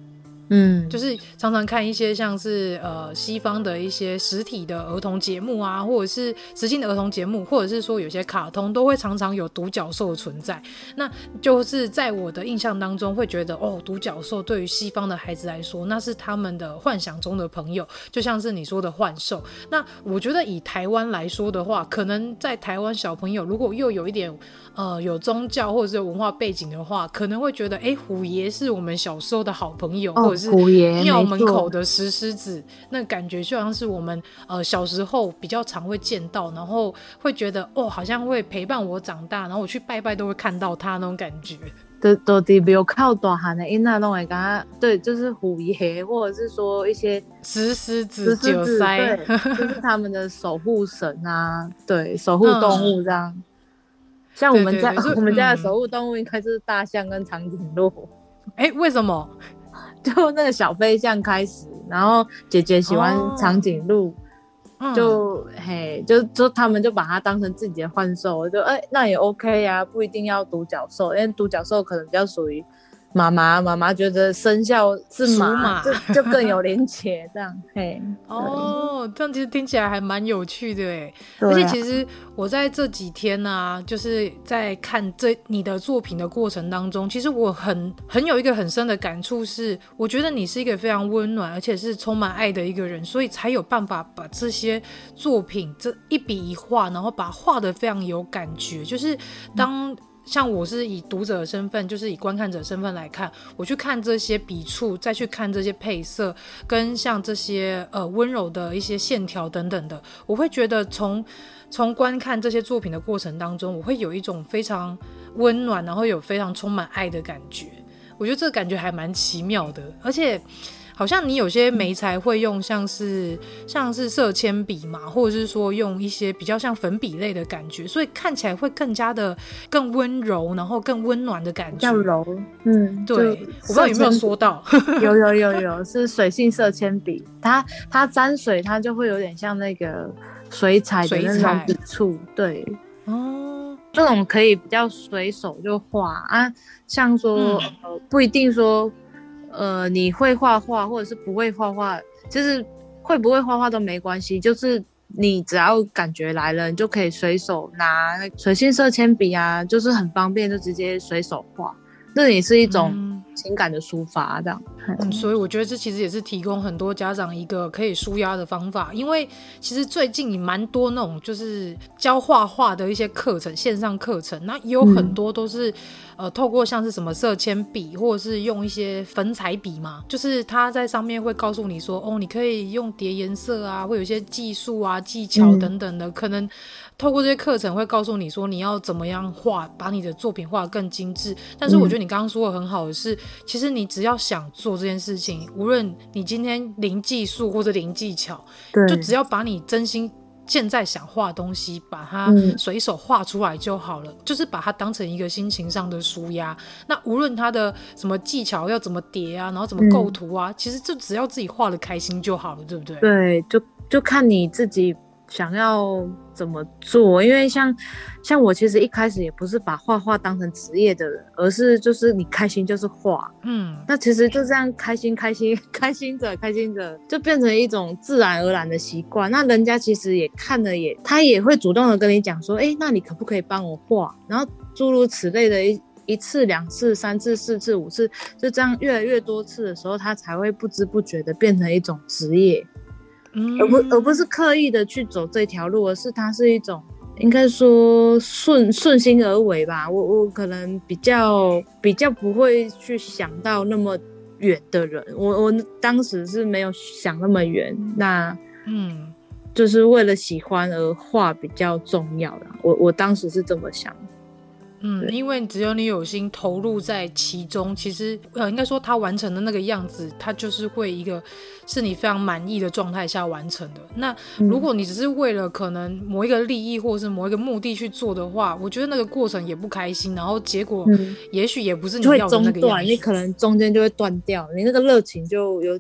嗯，就是常常看一些像是呃西方的一些实体的儿童节目啊，或者是实境的儿童节目，或者是说有些卡通都会常常有独角兽的存在。那就是在我的印象当中会觉得，哦，独角兽对于西方的孩子来说，那是他们的幻想中的朋友，就像是你说的幻兽。那我觉得以台湾来说的话，可能在台湾小朋友如果又有一点呃有宗教或者是有文化背景的话，可能会觉得，哎，虎爷是我们小时候的好朋友，哦，或者是庙门口的石狮子，那感觉就像是我们呃小时候比较常会见到，然后会觉得哦，好像会陪伴我长大，然后我去拜拜都会看到他那种感觉。 都都是没有靠大汉的囡仔都会跟他，对，就是虎爷，或者是说一些石狮子、九塞， 对，就是他们的守护神啊，对，守护动物这样。嗯，像我们家对对对我们家的守护动物应该就是大象跟长颈鹿。哎， 为什么？ 就那个小飞象开始，然后姐姐喜欢长颈鹿，哦，就、嗯、嘿，就就他们就把它当成自己的幻兽，我就哎、欸，那也 OK 呀，啊，不一定要独角兽，因为独角兽可能比较属于妈妈，妈妈觉得生肖是马，马就就更有连结这样，嘿， 哦，这样其实听起来还蛮有趣的哎，啊，而且其实我在这几天啊，就是在看这你的作品的过程当中，其实我很很有一个很深的感触是，我觉得你是一个非常温暖而且是充满爱的一个人，所以才有办法把这些作品这一笔一画，然后把它画得非常有感觉，就是当。嗯，像我是以读者的身份，就是以观看者的身份来看，我去看这些笔触，再去看这些配色，跟像这些呃温柔的一些线条等等的，我会觉得从从观看这些作品的过程当中，我会有一种非常温暖，然后有非常充满爱的感觉。我觉得这个感觉还蛮奇妙的，而且好像你有些媒材会用像是像是色铅笔嘛，或者是说用一些比较像粉笔类的感觉，所以看起来会更加的更温柔，然后更温暖的感觉。 较柔，嗯， 对，我不知道有没有说到。 有有有有，是水性色铅笔，它它沾水，它就会有点像那个水彩的那种笔触，对，哦，这种可以比较随手就画啊，像说、嗯呃、不一定说。呃，你会画画或者是不会画画，其实会不会画画都没关系，就是你只要感觉来了，你就可以随手拿水性色铅笔啊，就是很方便，就直接随手画，这也是一种情感的抒发，这样。 嗯，所以我觉得这其实也是提供很多家长一个可以抒压的方法，因为其实最近也蛮多那种就是教画画的一些课程，线上课程，那也有很多都是、嗯、呃透过像是什么色铅笔或者是用一些粉彩笔嘛，就是他在上面会告诉你说，哦，你可以用叠颜色啊，会有一些技术啊技巧等等的、嗯、可能透过这些课程会告诉你说你要怎么样画，把你的作品画得更精致。但是我觉得你刚刚说的很好的是、嗯、其实你只要想做这件事情，无论你今天零技术或者零技巧，就只要把你真心现在想画的东西把它随手画出来就好了、嗯、就是把它当成一个心情上的抒压。那无论它的什么技巧要怎么叠啊，然后怎么构图啊、嗯、其实就只要自己画得开心就好了，对不对？ 对，就就看你自己想要怎么做，因为像像我其实一开始也不是把画画当成职业的人，而是就是你开心就是画，嗯，那其实就这样开心开心开心着开心着，就变成一种自然而然的习惯。那人家其实也看了也，他也会主动的跟你讲说，哎，那你可不可以帮我画？然后诸如此类的一一次两次三次四次五次，就这样越来越多次的时候，他才会不知不觉的变成一种职业。嗯、而不而不是刻意的去走这条路，而是它是一种应该说顺顺心而为吧。我我可能比较比较不会去想到那么远的人，我我当时是没有想那么远，那嗯，就是为了喜欢而画比较重要啦。我我当时是这么想。 嗯，因为只有你有心投入在其中，其实呃，应该说他完成的那个样子，他就是会一个是你非常满意的状态下完成的。那如果你只是为了可能某一个利益或者是某一个目的去做的话，我觉得那个过程也不开心，然后结果也许也不是你要的那个样子， 就会中断，你可能中间就会断掉，你那个热情就有点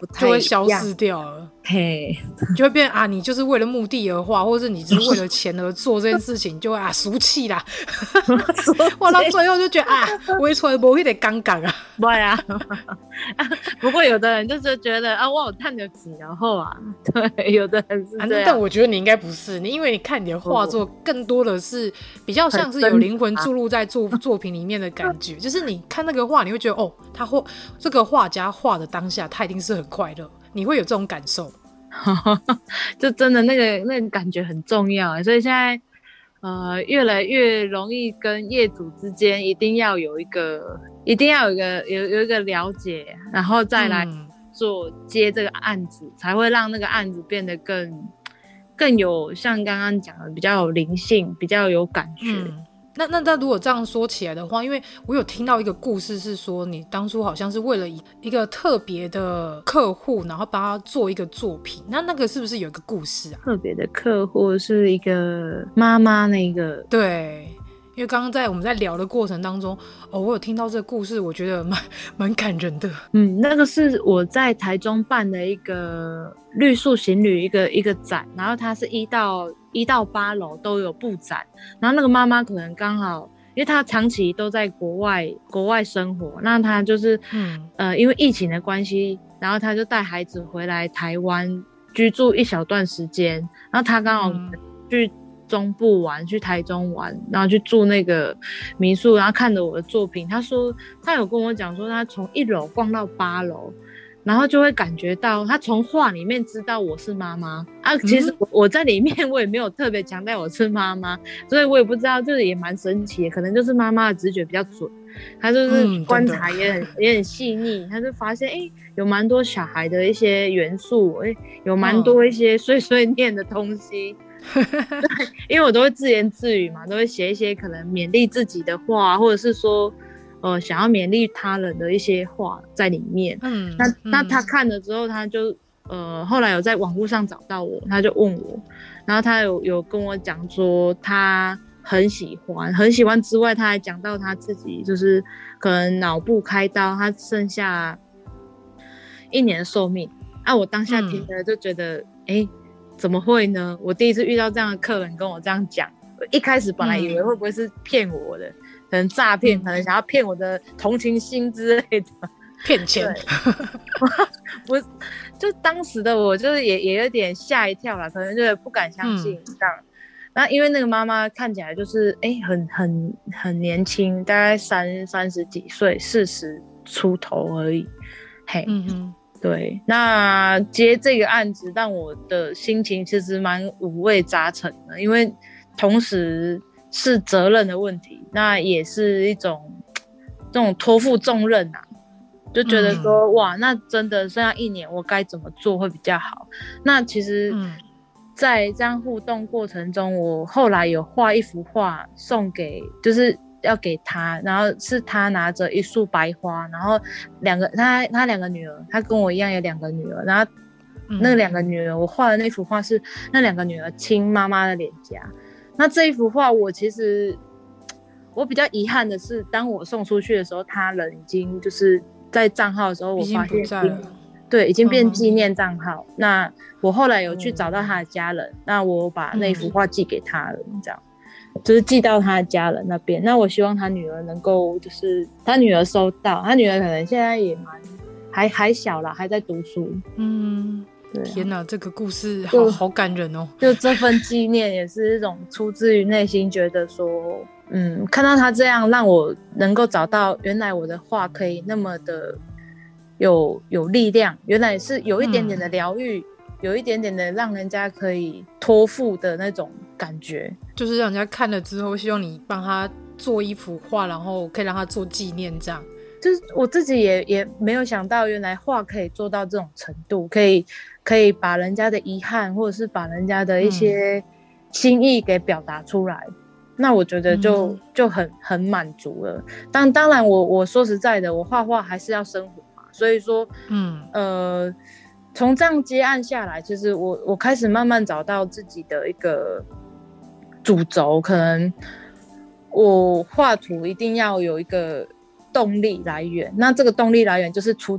不太就会消失掉了。 嘿， 你就会变啊，你就是为了目的而画，或者是你只是为了钱而做这件事情，就会啊俗气啦。画到最后就觉得啊，画出来没那个感觉啊。 对啊，不过有的人就是觉得啊，我有看得起，然后啊，对，有的人是这样。 啊、但我觉得你应该不是，你因为你看你的画作更多的是比较像是有灵魂注入在作作品里面的感觉，就是你看那个画，你会觉得哦，他画这个画家画的当下，他一定是很快乐。你会有这种感受， 就真的那个那个感觉很重要，所以现在呃越来越容易跟业主之间一定要有一个一定要有一个有有一个了解，然后再来做接这个案子，嗯、才会让那个案子变得更更有像刚刚讲的比较有灵性，比较有感觉。嗯那那那如果这样说起来的话，因为我有听到一个故事是说，你当初好像是为了一个特别的客户，然后帮他做一个作品，那那个是不是有一个故事啊？ 特别的客户是一个妈妈，那个对。因为刚刚在我们在聊的过程当中，哦，我有听到这个故事，我觉得蛮蛮感人的。 嗯，那个是我在台中办的一个绿树行旅一个一个展，然后它是一到一到八楼都有布展，然后那个妈妈可能刚好，因为她长期都在国外国外生活，那她就是嗯呃因为疫情的关系，然后她就带孩子回来台湾居住一小段时间，然后她刚好去。嗯中部玩，去台中玩，然后去住那个民宿，然后看着我的作品，他说他有跟我讲说他从一楼逛到八楼，然后就会感觉到他从画里面知道我是妈妈啊。其实我我在里面我也没有特别强调我是妈妈，所以我也不知道，就是也蛮神奇的，可能就是妈妈的直觉比较准，他就是观察也很、嗯、也很细腻，他就发现哎、欸、有蛮多小孩的一些元素，哎、欸、有蛮多一些碎碎念的东西。对，因为我都会自言自语嘛，都会写一些可能勉励自己的话，或者是说呃想要勉励他人的一些话在里面。嗯，那那他看了之后，他就呃后来有在网络上找到我，他就问我，然后他有有跟我讲说他很喜欢很喜欢之外，他还讲到他自己就是可能脑部开刀，他剩下一年的寿命啊。我当下听了就觉得哎、嗯欸怎么会呢？我第一次遇到这样的客人跟我这样讲，一开始本来以为会不会是骗我的，嗯、可能诈骗，可能想要骗我的同情心之类的， 骗钱。 我就当时的我就是也也有点吓一跳啦，可能就不敢相信这样。那、嗯、因为那个妈妈看起来就是哎、欸、很很很年轻，大概三三十几岁，四十出头而已，嘿。嗯哼对，那接这个案子让我的心情其实蛮五味杂陈的，因为同时是责任的问题，那也是一种这种托付重任啊，就觉得说、嗯、哇，那真的剩下一年我该怎么做会比较好。那其实在这样互动过程中，我后来有画一幅画送给就是要给他，然后是他拿着一束白花，然后两个他他两个女儿，他跟我一样有两个女儿，然后那两个女儿、嗯、我画的那幅画是那两个女儿亲妈妈的脸颊。那这一幅画我其实我比较遗憾的是，当我送出去的时候，他人已经就是在账号的时候，我发现已经对已经变纪念账号、嗯。那我后来有去找到他的家人，嗯、那我把那幅画寄给他了，这样。就是寄到他的家人那边，那我希望他女儿能够，就是他女儿收到，他女儿可能现在也蛮还还小啦，还在读书。嗯，对、啊。 天哪，这个故事好好感人哦！ 就这份纪念也是一种出自于内心，觉得说，嗯，看到他这样，让我能够找到原来我的画可以那么的有有力量，原来是有一点点的疗愈。嗯有一点点的让人家可以托付的那种感觉， 就是让人家看了之后希望你帮他做一幅画，然后可以让他做纪念，这样。 就是我自己也也没有想到原来画可以做到这种程度，可以可以把人家的遗憾或者是把人家的一些心意给表达出来、嗯、那我觉得就、嗯、就很很满足了。当当然我我说实在的，我画画还是要生活嘛，所以说嗯呃从这样接案下来，其实我我开始慢慢找到自己的一个主轴，可能我画图一定要有一个动力来源，那这个动力来源就是出自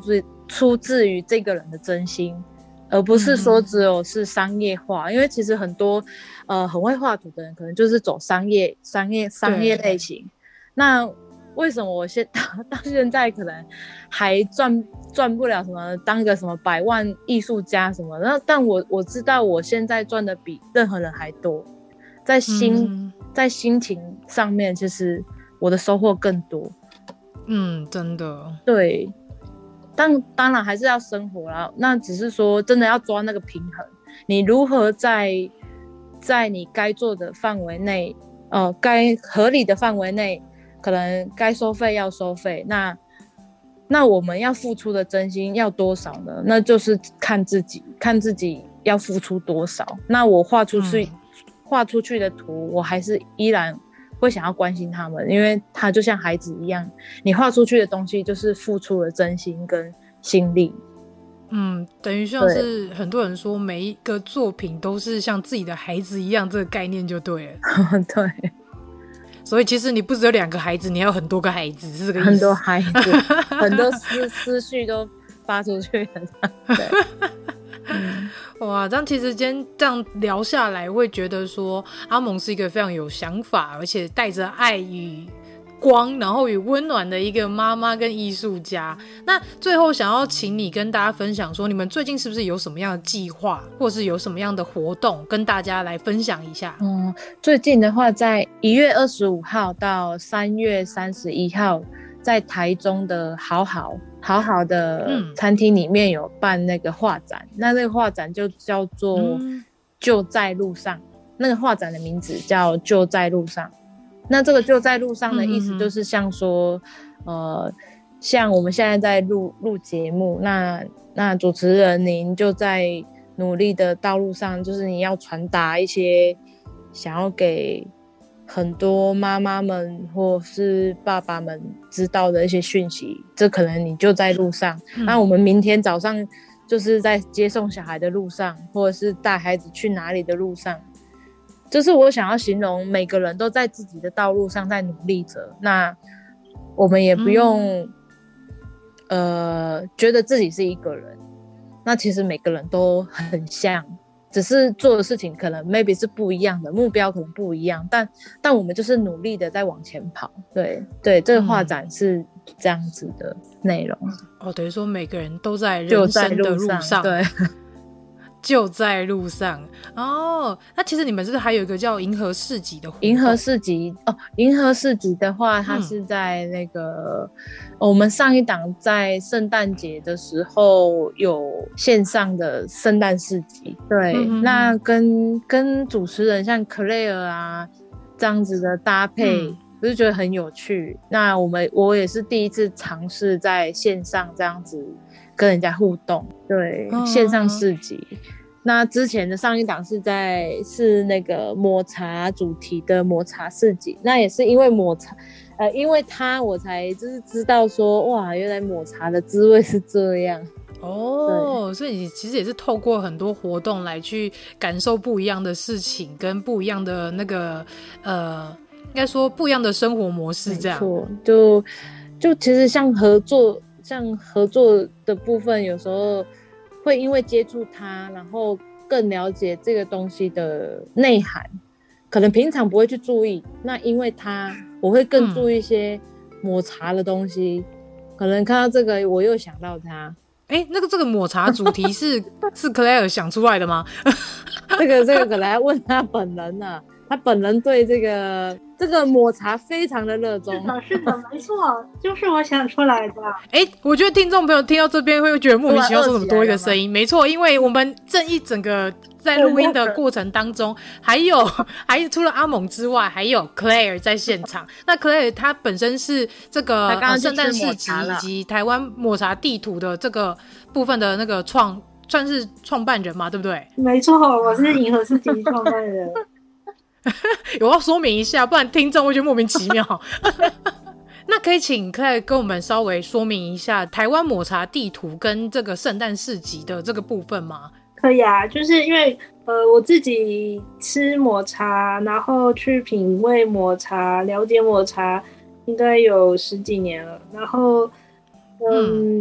出自于这个人的真心，而不是说只有是商业化。嗯、因为其实很多呃很会画图的人，可能就是走商业、商业、商业类型。那为什么我现到现在可能还赚赚不了什么，当个什么百万艺术家什么的？但我我知道我现在赚的比任何人还多，在心、嗯、在心情上面，其实我的收获更多。 嗯，真的。对， 但当然还是要生活啦。那只是说真的要抓那个平衡，你如何在在你该做的范围内，呃，该合理的范围内。可能该收费要收费，那那我们要付出的真心要多少呢？那就是看自己，看自己要付出多少。那我画出去，嗯、画出去的图，我还是依然会想要关心他们，因为他就像孩子一样，你画出去的东西就是付出了真心跟心力。 嗯，等于像是很多人说，每一个作品都是像自己的孩子一样，这个概念就对了。 对。 所以其实你不只有两个孩子，你还有很多个孩子，是这个意思。 很多孩子，很多思思绪都发出去了。对， 嗯，哇，这样其实今天这样聊下来，会觉得说阿蒙是一个非常有想法，而且带着爱与光，然后与温暖的一个妈妈跟艺术家。那最后想要请你跟大家分享说，你们最近是不是有什么样的计划，或是有什么样的活动跟大家来分享一下？ 嗯，最近的话，在一月二十五号到三月三十一号，在台中的好好好好的餐厅里面有办那个画展，嗯、那那个画展就叫做就在路上，嗯、那个画展的名字叫就在路上。那这个就在路上的意思就是像说，嗯、呃，像我们现在在录录节目，那那主持人您就在努力的道路上，就是你要传达一些想要给很多妈妈们或是爸爸们知道的一些讯息，这可能你就在路上。嗯、那我们明天早上就是在接送小孩的路上，或者是带孩子去哪里的路上。就是我想要形容每个人都在自己的道路上在努力着，那我们也不用、嗯、呃觉得自己是一个人，那其实每个人都很像，只是做的事情可能 maybe 是不一样的，目标可能不一样，但但我们就是努力的在往前跑。对对，这个画展是这样子的内容。 哦，等于说每个人都在人生的路上， 对。 就在路上哦。那其实你们是不是还有一个叫银河市集的活动？ 银河市集哦，银河市集的话，它是在那个、嗯哦、我们上一档在圣诞节的时候有线上的圣诞市集，对，嗯、那跟跟主持人像 Claire 啊这样子的搭配。嗯我就觉得很有趣。那我们我也是第一次尝试在线上这样子跟人家互动，对，哦、线上市集。那之前的上一档是在是那个抹茶主题的抹茶市集，那也是因为抹茶，呃，因为它我才就是知道说，哇，原来抹茶的滋味是这样。 哦，所以你其实也是透过很多活动来去感受不一样的事情，跟不一样的那个呃。应该说不一样的生活模式，这样。没错， 就就其实像合作，像合作的部分，有时候会因为接触它，然后更了解这个东西的内涵，可能平常不会去注意。那因为它，我会更注意一些抹茶的东西，嗯、可能看到这个，我又想到它。 哎，那个这个抹茶主题是是 Claire 想出来的吗？ 这个这个可能要问他本人啊，他本人对这个。这个抹茶非常的热衷。 是的，是的，没错，就是我想出来的。 哎，我觉得听众朋友听到这边会觉得莫名其妙，说怎么多一个声音？没错，因为我们这一整个在录音的过程当中，还有还除了阿蒙之外，还有 Claire 在现场。那 Claire 她本身是这个呃圣诞市集以及台湾抹茶地图的这个部分的那个创，算是创办人嘛，对不对？ 没错，我是银河市集创办人。 有要说明一下，不然听众会觉得莫名其妙。那可以请Claire跟我们稍微说明一下台湾抹茶地图跟这个圣诞市集的这个部分吗？ 可以啊，就是因为呃我自己吃抹茶，然后去品味抹茶，了解抹茶，应该有十几年了。然后嗯，嗯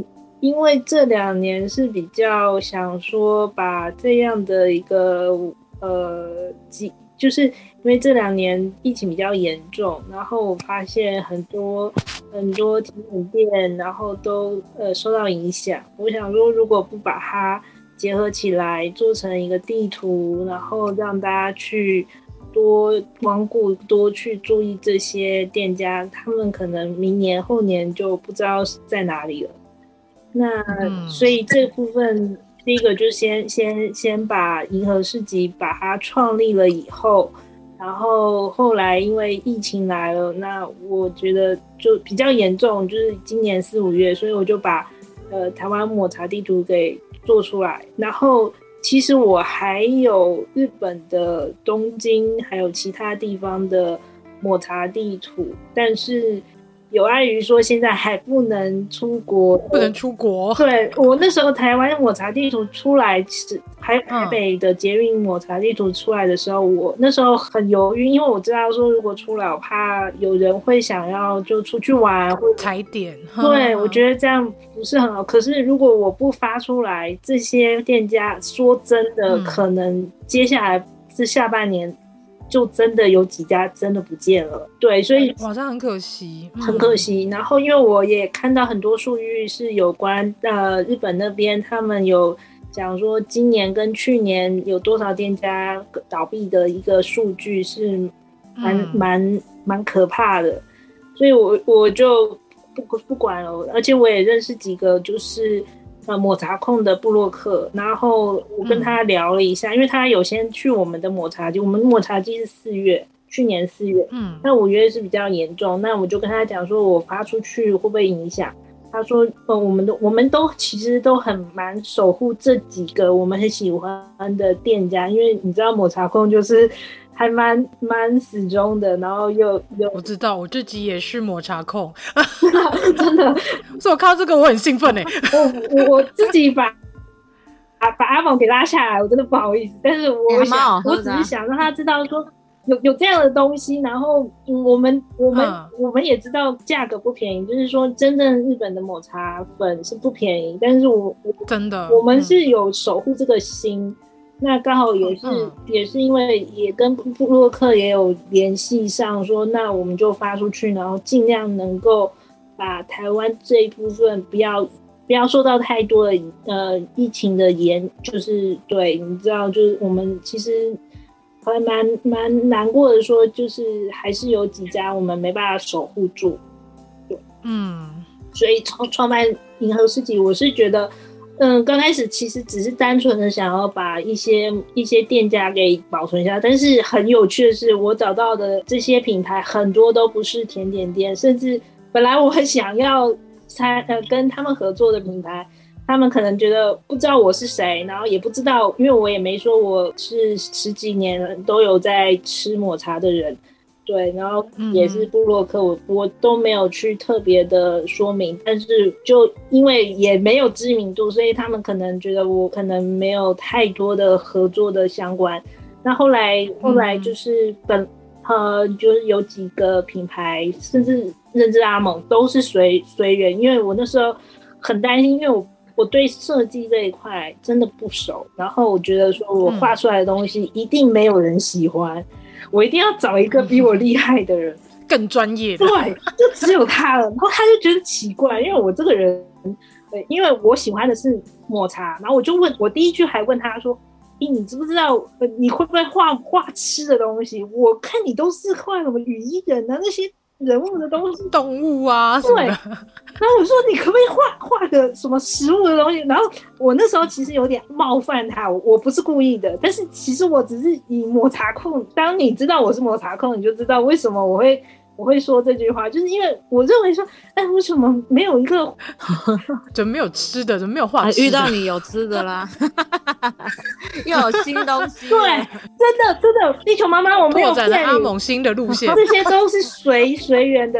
因为这两年是比较想说把这样的一个呃，就是因为这两年疫情比较严重，然后我发现很多很多甜点店，然后都呃受到影响。我想说，如果不把它结合起来，做成一个地图，然后让大家去多光顾，多去注意这些店家，他们可能明年后年就不知道在哪里了。那、嗯、所以这部分。第一个就先先先把银河市集把它创立了以后，然后后来因为疫情来了，那我觉得就比较严重，就是今年四五月，所以我就把呃台湾抹茶地图给做出来。然后其实我还有日本的东京，还有其他地方的抹茶地图，但是有碍于说现在还不能出国， 不能出国。 对，我那时候台湾抹茶地图出来，台台北的捷运抹茶地图出来的时候，嗯、我那时候很犹豫，因为我知道说如果出来，我怕有人会想要就出去玩或踩点。 对，我觉得这样不是很好。可是如果我不发出来，这些店家说真的，嗯、可能接下来是下半年。就真的有几家真的不见了，对，所以哇，这很可惜， 嗯、很可惜。然后因为我也看到很多数据是有关呃日本那边，他们有讲说今年跟去年有多少店家倒闭的一个数据是蛮蛮蛮可怕的，所以我我就不不管了，而且我也认识几个就是。呃，抹茶控的部落客，然后我跟他聊了一下，嗯、因为他有先去我们的抹茶季，我们抹茶季是四月，去年四月，嗯，那五月是比较严重，那我就跟他讲说，我发出去会不会影响？他说，呃，我们都我们都其实都很蛮守护这几个我们很喜欢的店家，因为你知道抹茶控就是还蛮蛮死忠的，然后又又我知道，我自己也是抹茶控， 真的， 所以我看到这个我很兴奋哎， 我我我自己把把把阿蒙给拉下来，我真的不好意思，但是我想、欸、我只是想让他知道说。有有这样的东西，然后、嗯、我们我们、嗯、我们也知道价格不便宜，就是说真正日本的抹茶粉是不便宜，但是我真的我们是有守护这个心，嗯、那刚好也是、嗯、也是因为也跟部落客也有联系上说，那我们就发出去，然后尽量能够把台湾这一部分不要不要受到太多的呃疫情的严，就是对，你知道，就是我们其实。还蛮蛮难过的说，就是还是有几家我们没办法守护住，对，嗯，所以创创办银河市集，我是觉得，嗯，刚开始其实只是单纯的想要把一些一些店家给保存下，但是很有趣的是，我找到的这些品牌很多都不是甜点店，甚至本来我很想要参呃跟他们合作的品牌。他们可能觉得不知道我是谁，然后也不知道，因为我也没说我是十几年都有在吃抹茶的人，对，然后也是部落客，我我都没有去特别的说明，但是就因为也没有知名度，所以他们可能觉得我可能没有太多的合作的相关。那后来后来就是本呃就是有几个品牌，甚至认知阿蒙都是随随缘，因为我那时候很担心，因为我。我对设计这一块真的不熟，然后我觉得说我画出来的东西一定没有人喜欢，嗯、我一定要找一个比我厉害的人， 更专业的， 对，就只有他了。然后他就觉得奇怪，因为我这个人，对，因为我喜欢的是抹茶，然后我就问我第一句还问他说：“咦，你知不知道你会不会画画吃的东西？我看你都是画什么羽衣人啊那些。”人物的东西， 动物啊， 对。然后我说你可不可以画画个什么食物的东西？然后我那时候其实有点冒犯他，我我不是故意的，但是其实我只是以抹茶控。当你知道我是抹茶控，你就知道为什么我会我会说这句话，就是因为我认为说，哎，为什么没有一个怎么没有吃的，怎么没有画吃的？ 遇到你有吃的啦，又有新东西。 对，真的真的，地球妈妈我没有骗你。 拓展了阿蒙新的路线， 这些都是随随缘的。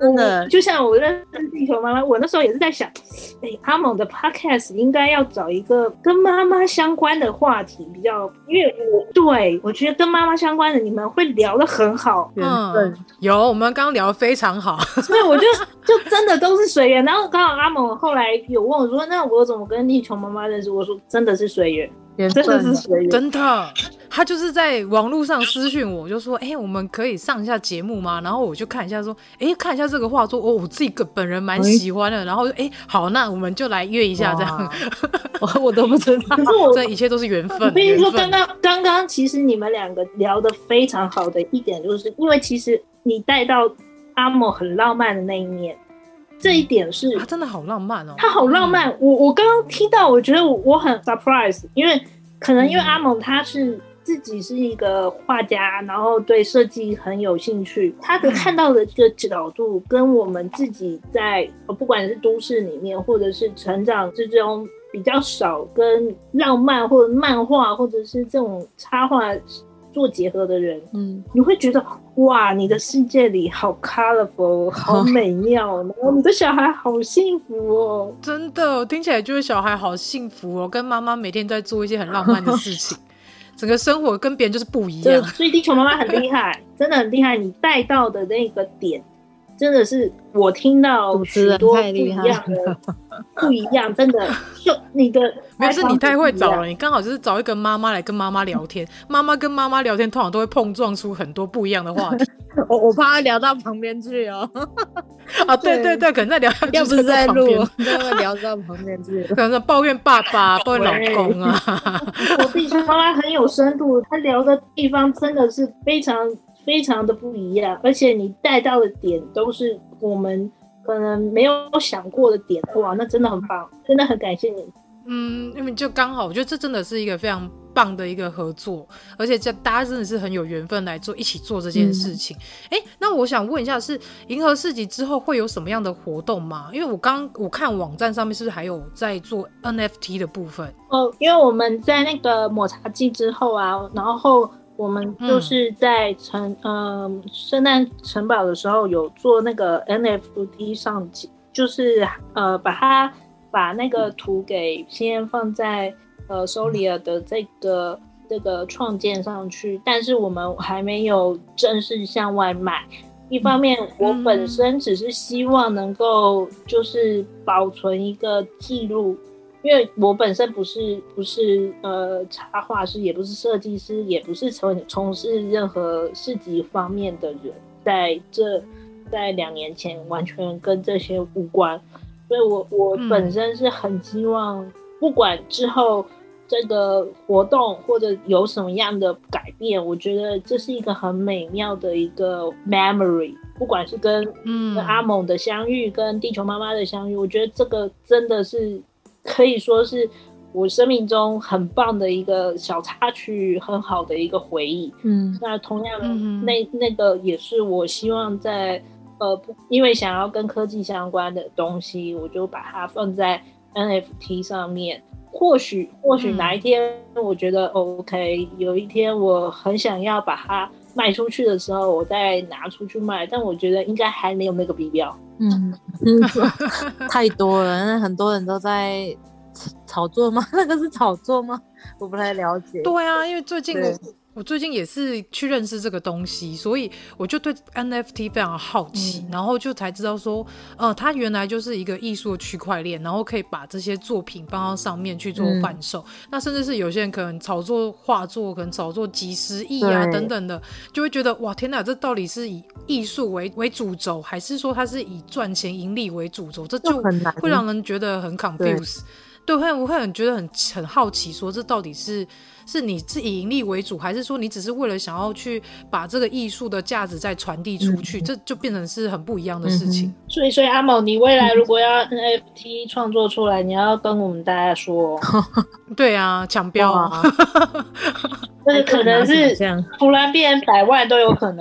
真的就像我认识地球妈妈，我那时候也是在想，哎、欸，阿猛的 podcast 应该要找一个跟妈妈相关的话题，比较，因为我对我觉得跟妈妈相关的你们会聊得很好， 嗯，有，我们刚刚聊得非常好， 所以我就就真的都是随缘。然后刚好阿猛后来有问我说，那我怎么跟地球妈妈认识？我说真的是随缘。真的是随缘， 真的，他就是在网络上私讯我，就说：“哎、欸，我们可以上一下节目吗？”然后我就看一下，说：“哎、欸，看一下这个画作，哦，我自己个本人蛮喜欢的。欸”然后哎、欸，好，那我们就来约一下这样。 我我都不知道， 可是我这一切都是缘分。 我跟你说，刚刚刚刚其实你们两个聊得非常好的一点，就是因为其实你带到阿莫很浪漫的那一面。这一点是他、啊、真的好浪漫哦， 他好浪漫。嗯、我我刚刚听到，我觉得 我, 我很 surprise， 因为可能因为阿蒙他是自己是一个画家，然后对设计很有兴趣，他的看到的这个角度跟我们自己在不管是都市里面或者是成长之中比较少跟浪漫或者漫画或者是这种插画做结合的人，嗯，你会觉得哇，你的世界里好 colorful， 好美妙，然后你的小孩好幸福哦。 真的，听起来就是小孩好幸福哦，跟妈妈每天在做一些很浪漫的事情，整个生活跟别人就是不一样。 所以地球妈妈很厉害，真的很厉害，你带到的那个点。真的是我听到许多不一样的，不一样，真的就你的没有是你太会找了，你刚好就是找一个妈妈来跟妈妈聊天，妈妈跟妈妈聊天通常都会碰撞出很多不一样的话题。 我我怕聊到旁边去哦。 啊，对对对，可能在聊， 要不是在录，就会聊到旁边去， 可能在抱怨爸爸、抱怨老公啊。 我弟说妈妈很有深度，他聊的地方真的是非常。非常的不一样，而且你带到的点都是我们可能没有想过的点，哇，那真的很棒，真的很感谢你。 嗯，因为就刚好，我觉得这真的是一个非常棒的一个合作，而且这大家真的是很有缘分来做一起做这件事情。哎、嗯，那我想问一下，是银河市集之后会有什么样的活动吗？因为我刚我看网站上面是不是还有在做 N F T 的部分？ 哦，因为我们在那个抹茶季之后啊，然后。我们就是在城呃圣诞城堡的时候有做那个 N F T 上，就是呃把它把那个图给先放在呃 Solia 的这个这个创建上去，但是我们还没有正式向外卖。一方面我本身只是希望能够就是保存一个记录。因为我本身不是不是呃插画师，也不是设计师，也不是从从事任何市集方面的人，在这在两年前完全跟这些无关，所以我我本身是很希望，不管之后这个活动或者有什么样的改变，我觉得这是一个很美妙的一个 memory。不管是跟、嗯、跟阿蒙的相遇，跟地球妈妈的相遇，我觉得这个真的是。可以说是我生命中很棒的一个小插曲，很好的一个回忆。嗯，那同样的，嗯、那那个也是我希望在呃，因为想要跟科技相关的东西，我就把它放在 N F T 上面。或许或许哪一天，我觉得、嗯、OK， 有一天我很想要把它卖出去的时候，我再拿出去卖。但我觉得应该还没有那个必要。 嗯，太多了，那很多人都在炒作吗？那个是炒作吗？我不太了解。 对啊，因为最近我我最近也是去认识这个东西，所以我就对 N F T 非常好奇、嗯、然后就才知道说呃，它原来就是一个艺术的区块链，然后可以把这些作品放到上面去做贩售、嗯、那甚至是有些人可能炒作画作，可能炒作几十亿啊等等的，就会觉得哇天哪，这到底是以艺术 为, 为主轴，还是说它是以赚钱盈利为主轴？这就会让人觉得很 confuse。对，会我会很觉得很很好奇，说这到底是是你是以盈利为主，还是说你只是为了想要去把这个艺术的价值再传递出去、嗯、这就变成是很不一样的事情、嗯、 所以所以阿某，你未来如果要 N F T 创作出来、嗯、你要跟我们大家说。 对啊，抢标啊。 那可能是突然变百万都有可能哦。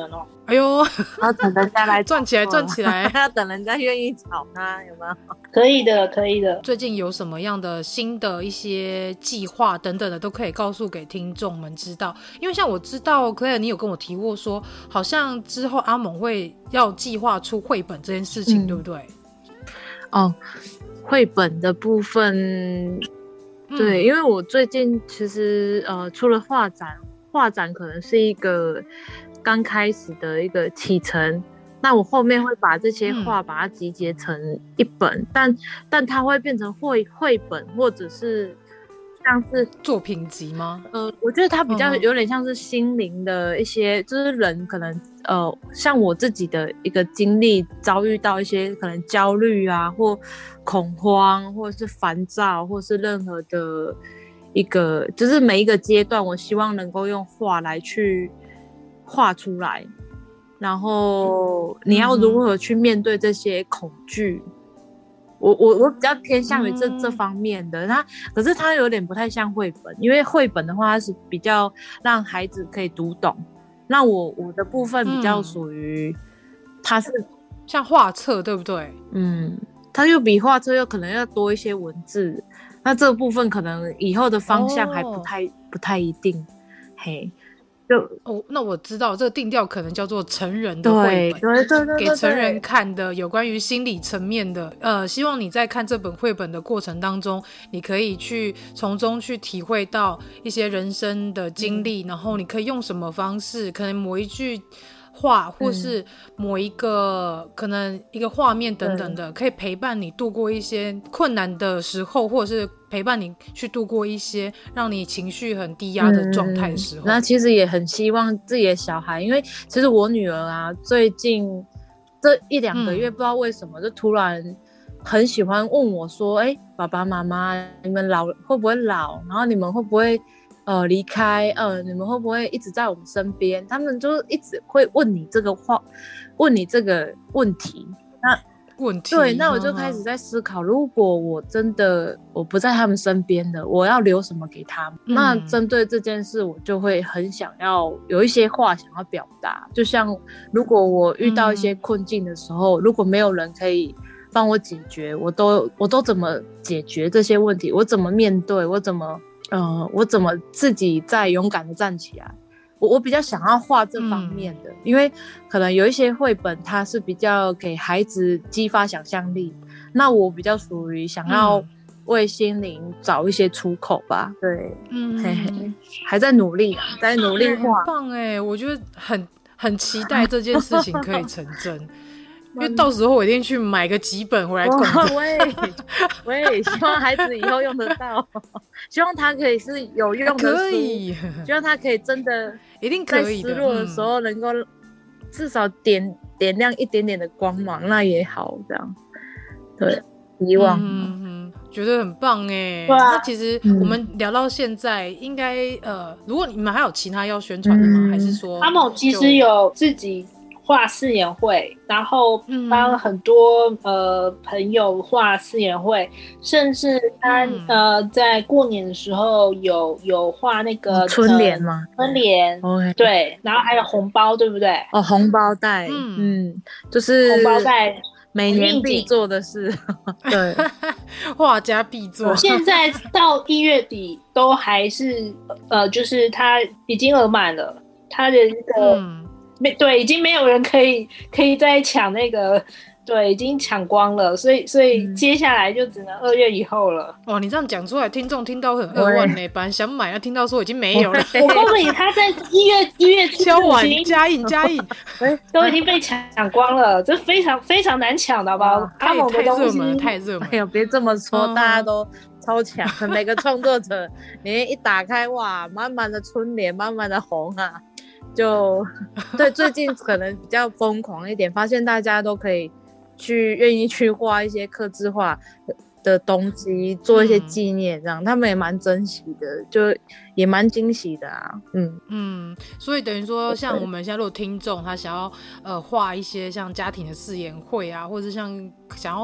哎呦， 要等人家来赚起来赚起来， 要等人家愿意炒他，有没有？ 可以的可以的。 最近有什么样的新的一些计划等等的都可以告诉给听众们知道，因为像我知道 Claire 你有跟我提过说好像之后阿猛会要计划出绘本这件事情、嗯、对不对？ 哦，绘本的部分对、嗯、因为我最近其实呃除了画展画展可能是一个刚开始的一个启程，那我后面会把这些画把它集结成一本、嗯、但但它会变成绘绘本或者是像是作品集吗？ 呃，我觉得它比较有点像是心灵的一些、嗯、就是人可能呃像我自己的一个经历遭遇到一些可能焦虑啊或恐慌或者是烦躁或是任何的一个就是每一个阶段我希望能够用画来去画出来，然后你要如何去面对这些恐惧、嗯、我我我比较偏向于这、嗯、这方面的。它可是它有点不太像绘本，因为绘本的话它是比较让孩子可以读懂，那我我的部分比较属于、嗯、它是像画册对不对？ 嗯，它又比画册又可能要多一些文字，那这部分可能以后的方向还不太、哦、不太一定。嘿，就哦，那我知道这个定调可能叫做成人的绘本， 对对对对对， 给成人看的，有关于心理层面的。呃，希望你在看这本绘本的过程当中，你可以去从中去体会到一些人生的经历、嗯、然后你可以用什么方式，可能某一句话或是某一个、嗯、可能一个画面等等的，可以陪伴你度过一些困难的时候，或者是陪伴你去度过一些让你情绪很低压的状态的时候、嗯、 那其实也很希望自己的小孩，因为其实我女儿啊最近这一两个月不知道为什么、嗯、就突然很喜欢问我说，哎、欸，爸爸妈妈你们老会不会老，然后你们会不会呃离开，呃你们会不会一直在我们身边，他们就一直会问你这个话，问你这个问题。那问题对，那我就开始在思考、嗯、如果我真的我不在他们身边的，我要留什么给他们、嗯、那针对这件事我就会很想要有一些话想要表达，就像如果我遇到一些困境的时候、嗯、如果没有人可以帮我解决，我都我都怎么解决这些问题，我怎么面对，我怎么呃我怎么自己再勇敢的站起来，我我比较想要画这方面的、嗯、因为可能有一些绘本它是比较给孩子激发想象力，那我比较属于想要为心灵找一些出口吧。对，嗯，嘿嘿，还在努力啊，在努力画。 很棒哎，我觉得很很期待这件事情可以成真。因为到时候我一定去買個幾本回來供着。 我也我也希望孩子以後用得到，希望他可以是有用的書，可以，希望他可以真的一定可以的，在失落的時候能夠至少點點亮一點點的光芒，那也好，這樣對，希望。 嗯嗯，覺得很棒耶。那其實我們聊到現在，嗯、應該呃，如果你們還有其他要宣傳的嗎？嗯、還是說阿猛其實有自己畫試演會，然後幫很多、嗯、呃朋友畫試演會，甚至他、嗯、呃在過年的時候有有畫那個春聯嗎？ 呃、春聯、okay. 對，然後還有紅包，對不對？ 哦，紅包袋，嗯嗯，就是紅包袋。 每年必做的事，对， 畫家必做。 現在到一月底都還是呃，就是他已經額滿了，他的那個、嗯、對，已經沒有人可以可以再搶那個，對，已經搶光了，所以所以接下來就只能二月以後了。 哦，你這樣講出來，聽眾聽到很扼腕呢，本來想買，要聽到說已經沒有了。 我告訴你，他在一月一月初敲碗加印加印， 都已經被搶光了，這非常非常難搶的，好不好？ 太太熱門，太熱門。 哎呦，別這麼說，嗯、大家都超強，每個創作者，你一打開哇，滿滿的春聯，滿滿的紅啊，就對，最近可能比較瘋狂一點，發現大家都可以去願意去畫一些客製化的東西，做一些紀念，這樣、嗯、他們也蠻珍惜的，就也蠻驚喜的啊。嗯嗯，所以等於說，像我們現在如果聽眾他想要呃畫一些像家庭的試演會啊，或者像想要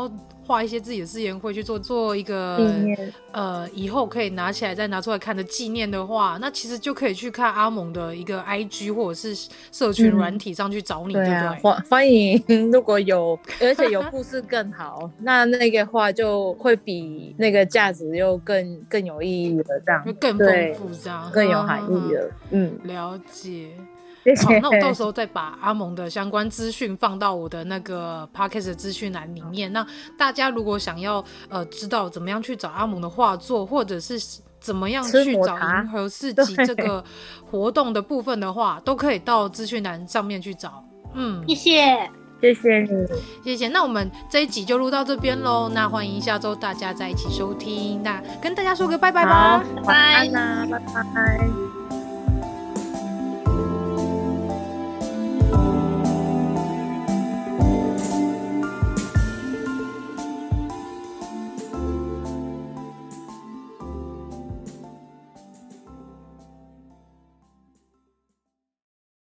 画一些自己的字言会去做做一个呃以后可以拿起来再拿出来看的纪念的话，那其实就可以去看阿蒙的一个 I G 或者是社群软体上去找你、嗯、对不对？ 欢欢迎，如果有而且有故事更好那那个画就会比那个价值又更更有意义了，这样就更丰富，这样更有含义了。嗯， 了解。 谢谢。 好，那我到时候再把阿蒙的相关资讯放到我的那个 podcast 的资讯栏里面。那大家如果想要呃知道怎么样去找阿蒙的画作，或者是怎么样去找银河市集这个活动的部分的话，都可以到资讯栏上面去找。嗯， 谢谢。 谢谢你， 谢谢。那我们这一集就录到这边咯，那欢迎下周大家再一起收听，那跟大家说个拜拜吧。 晚安啊，拜拜。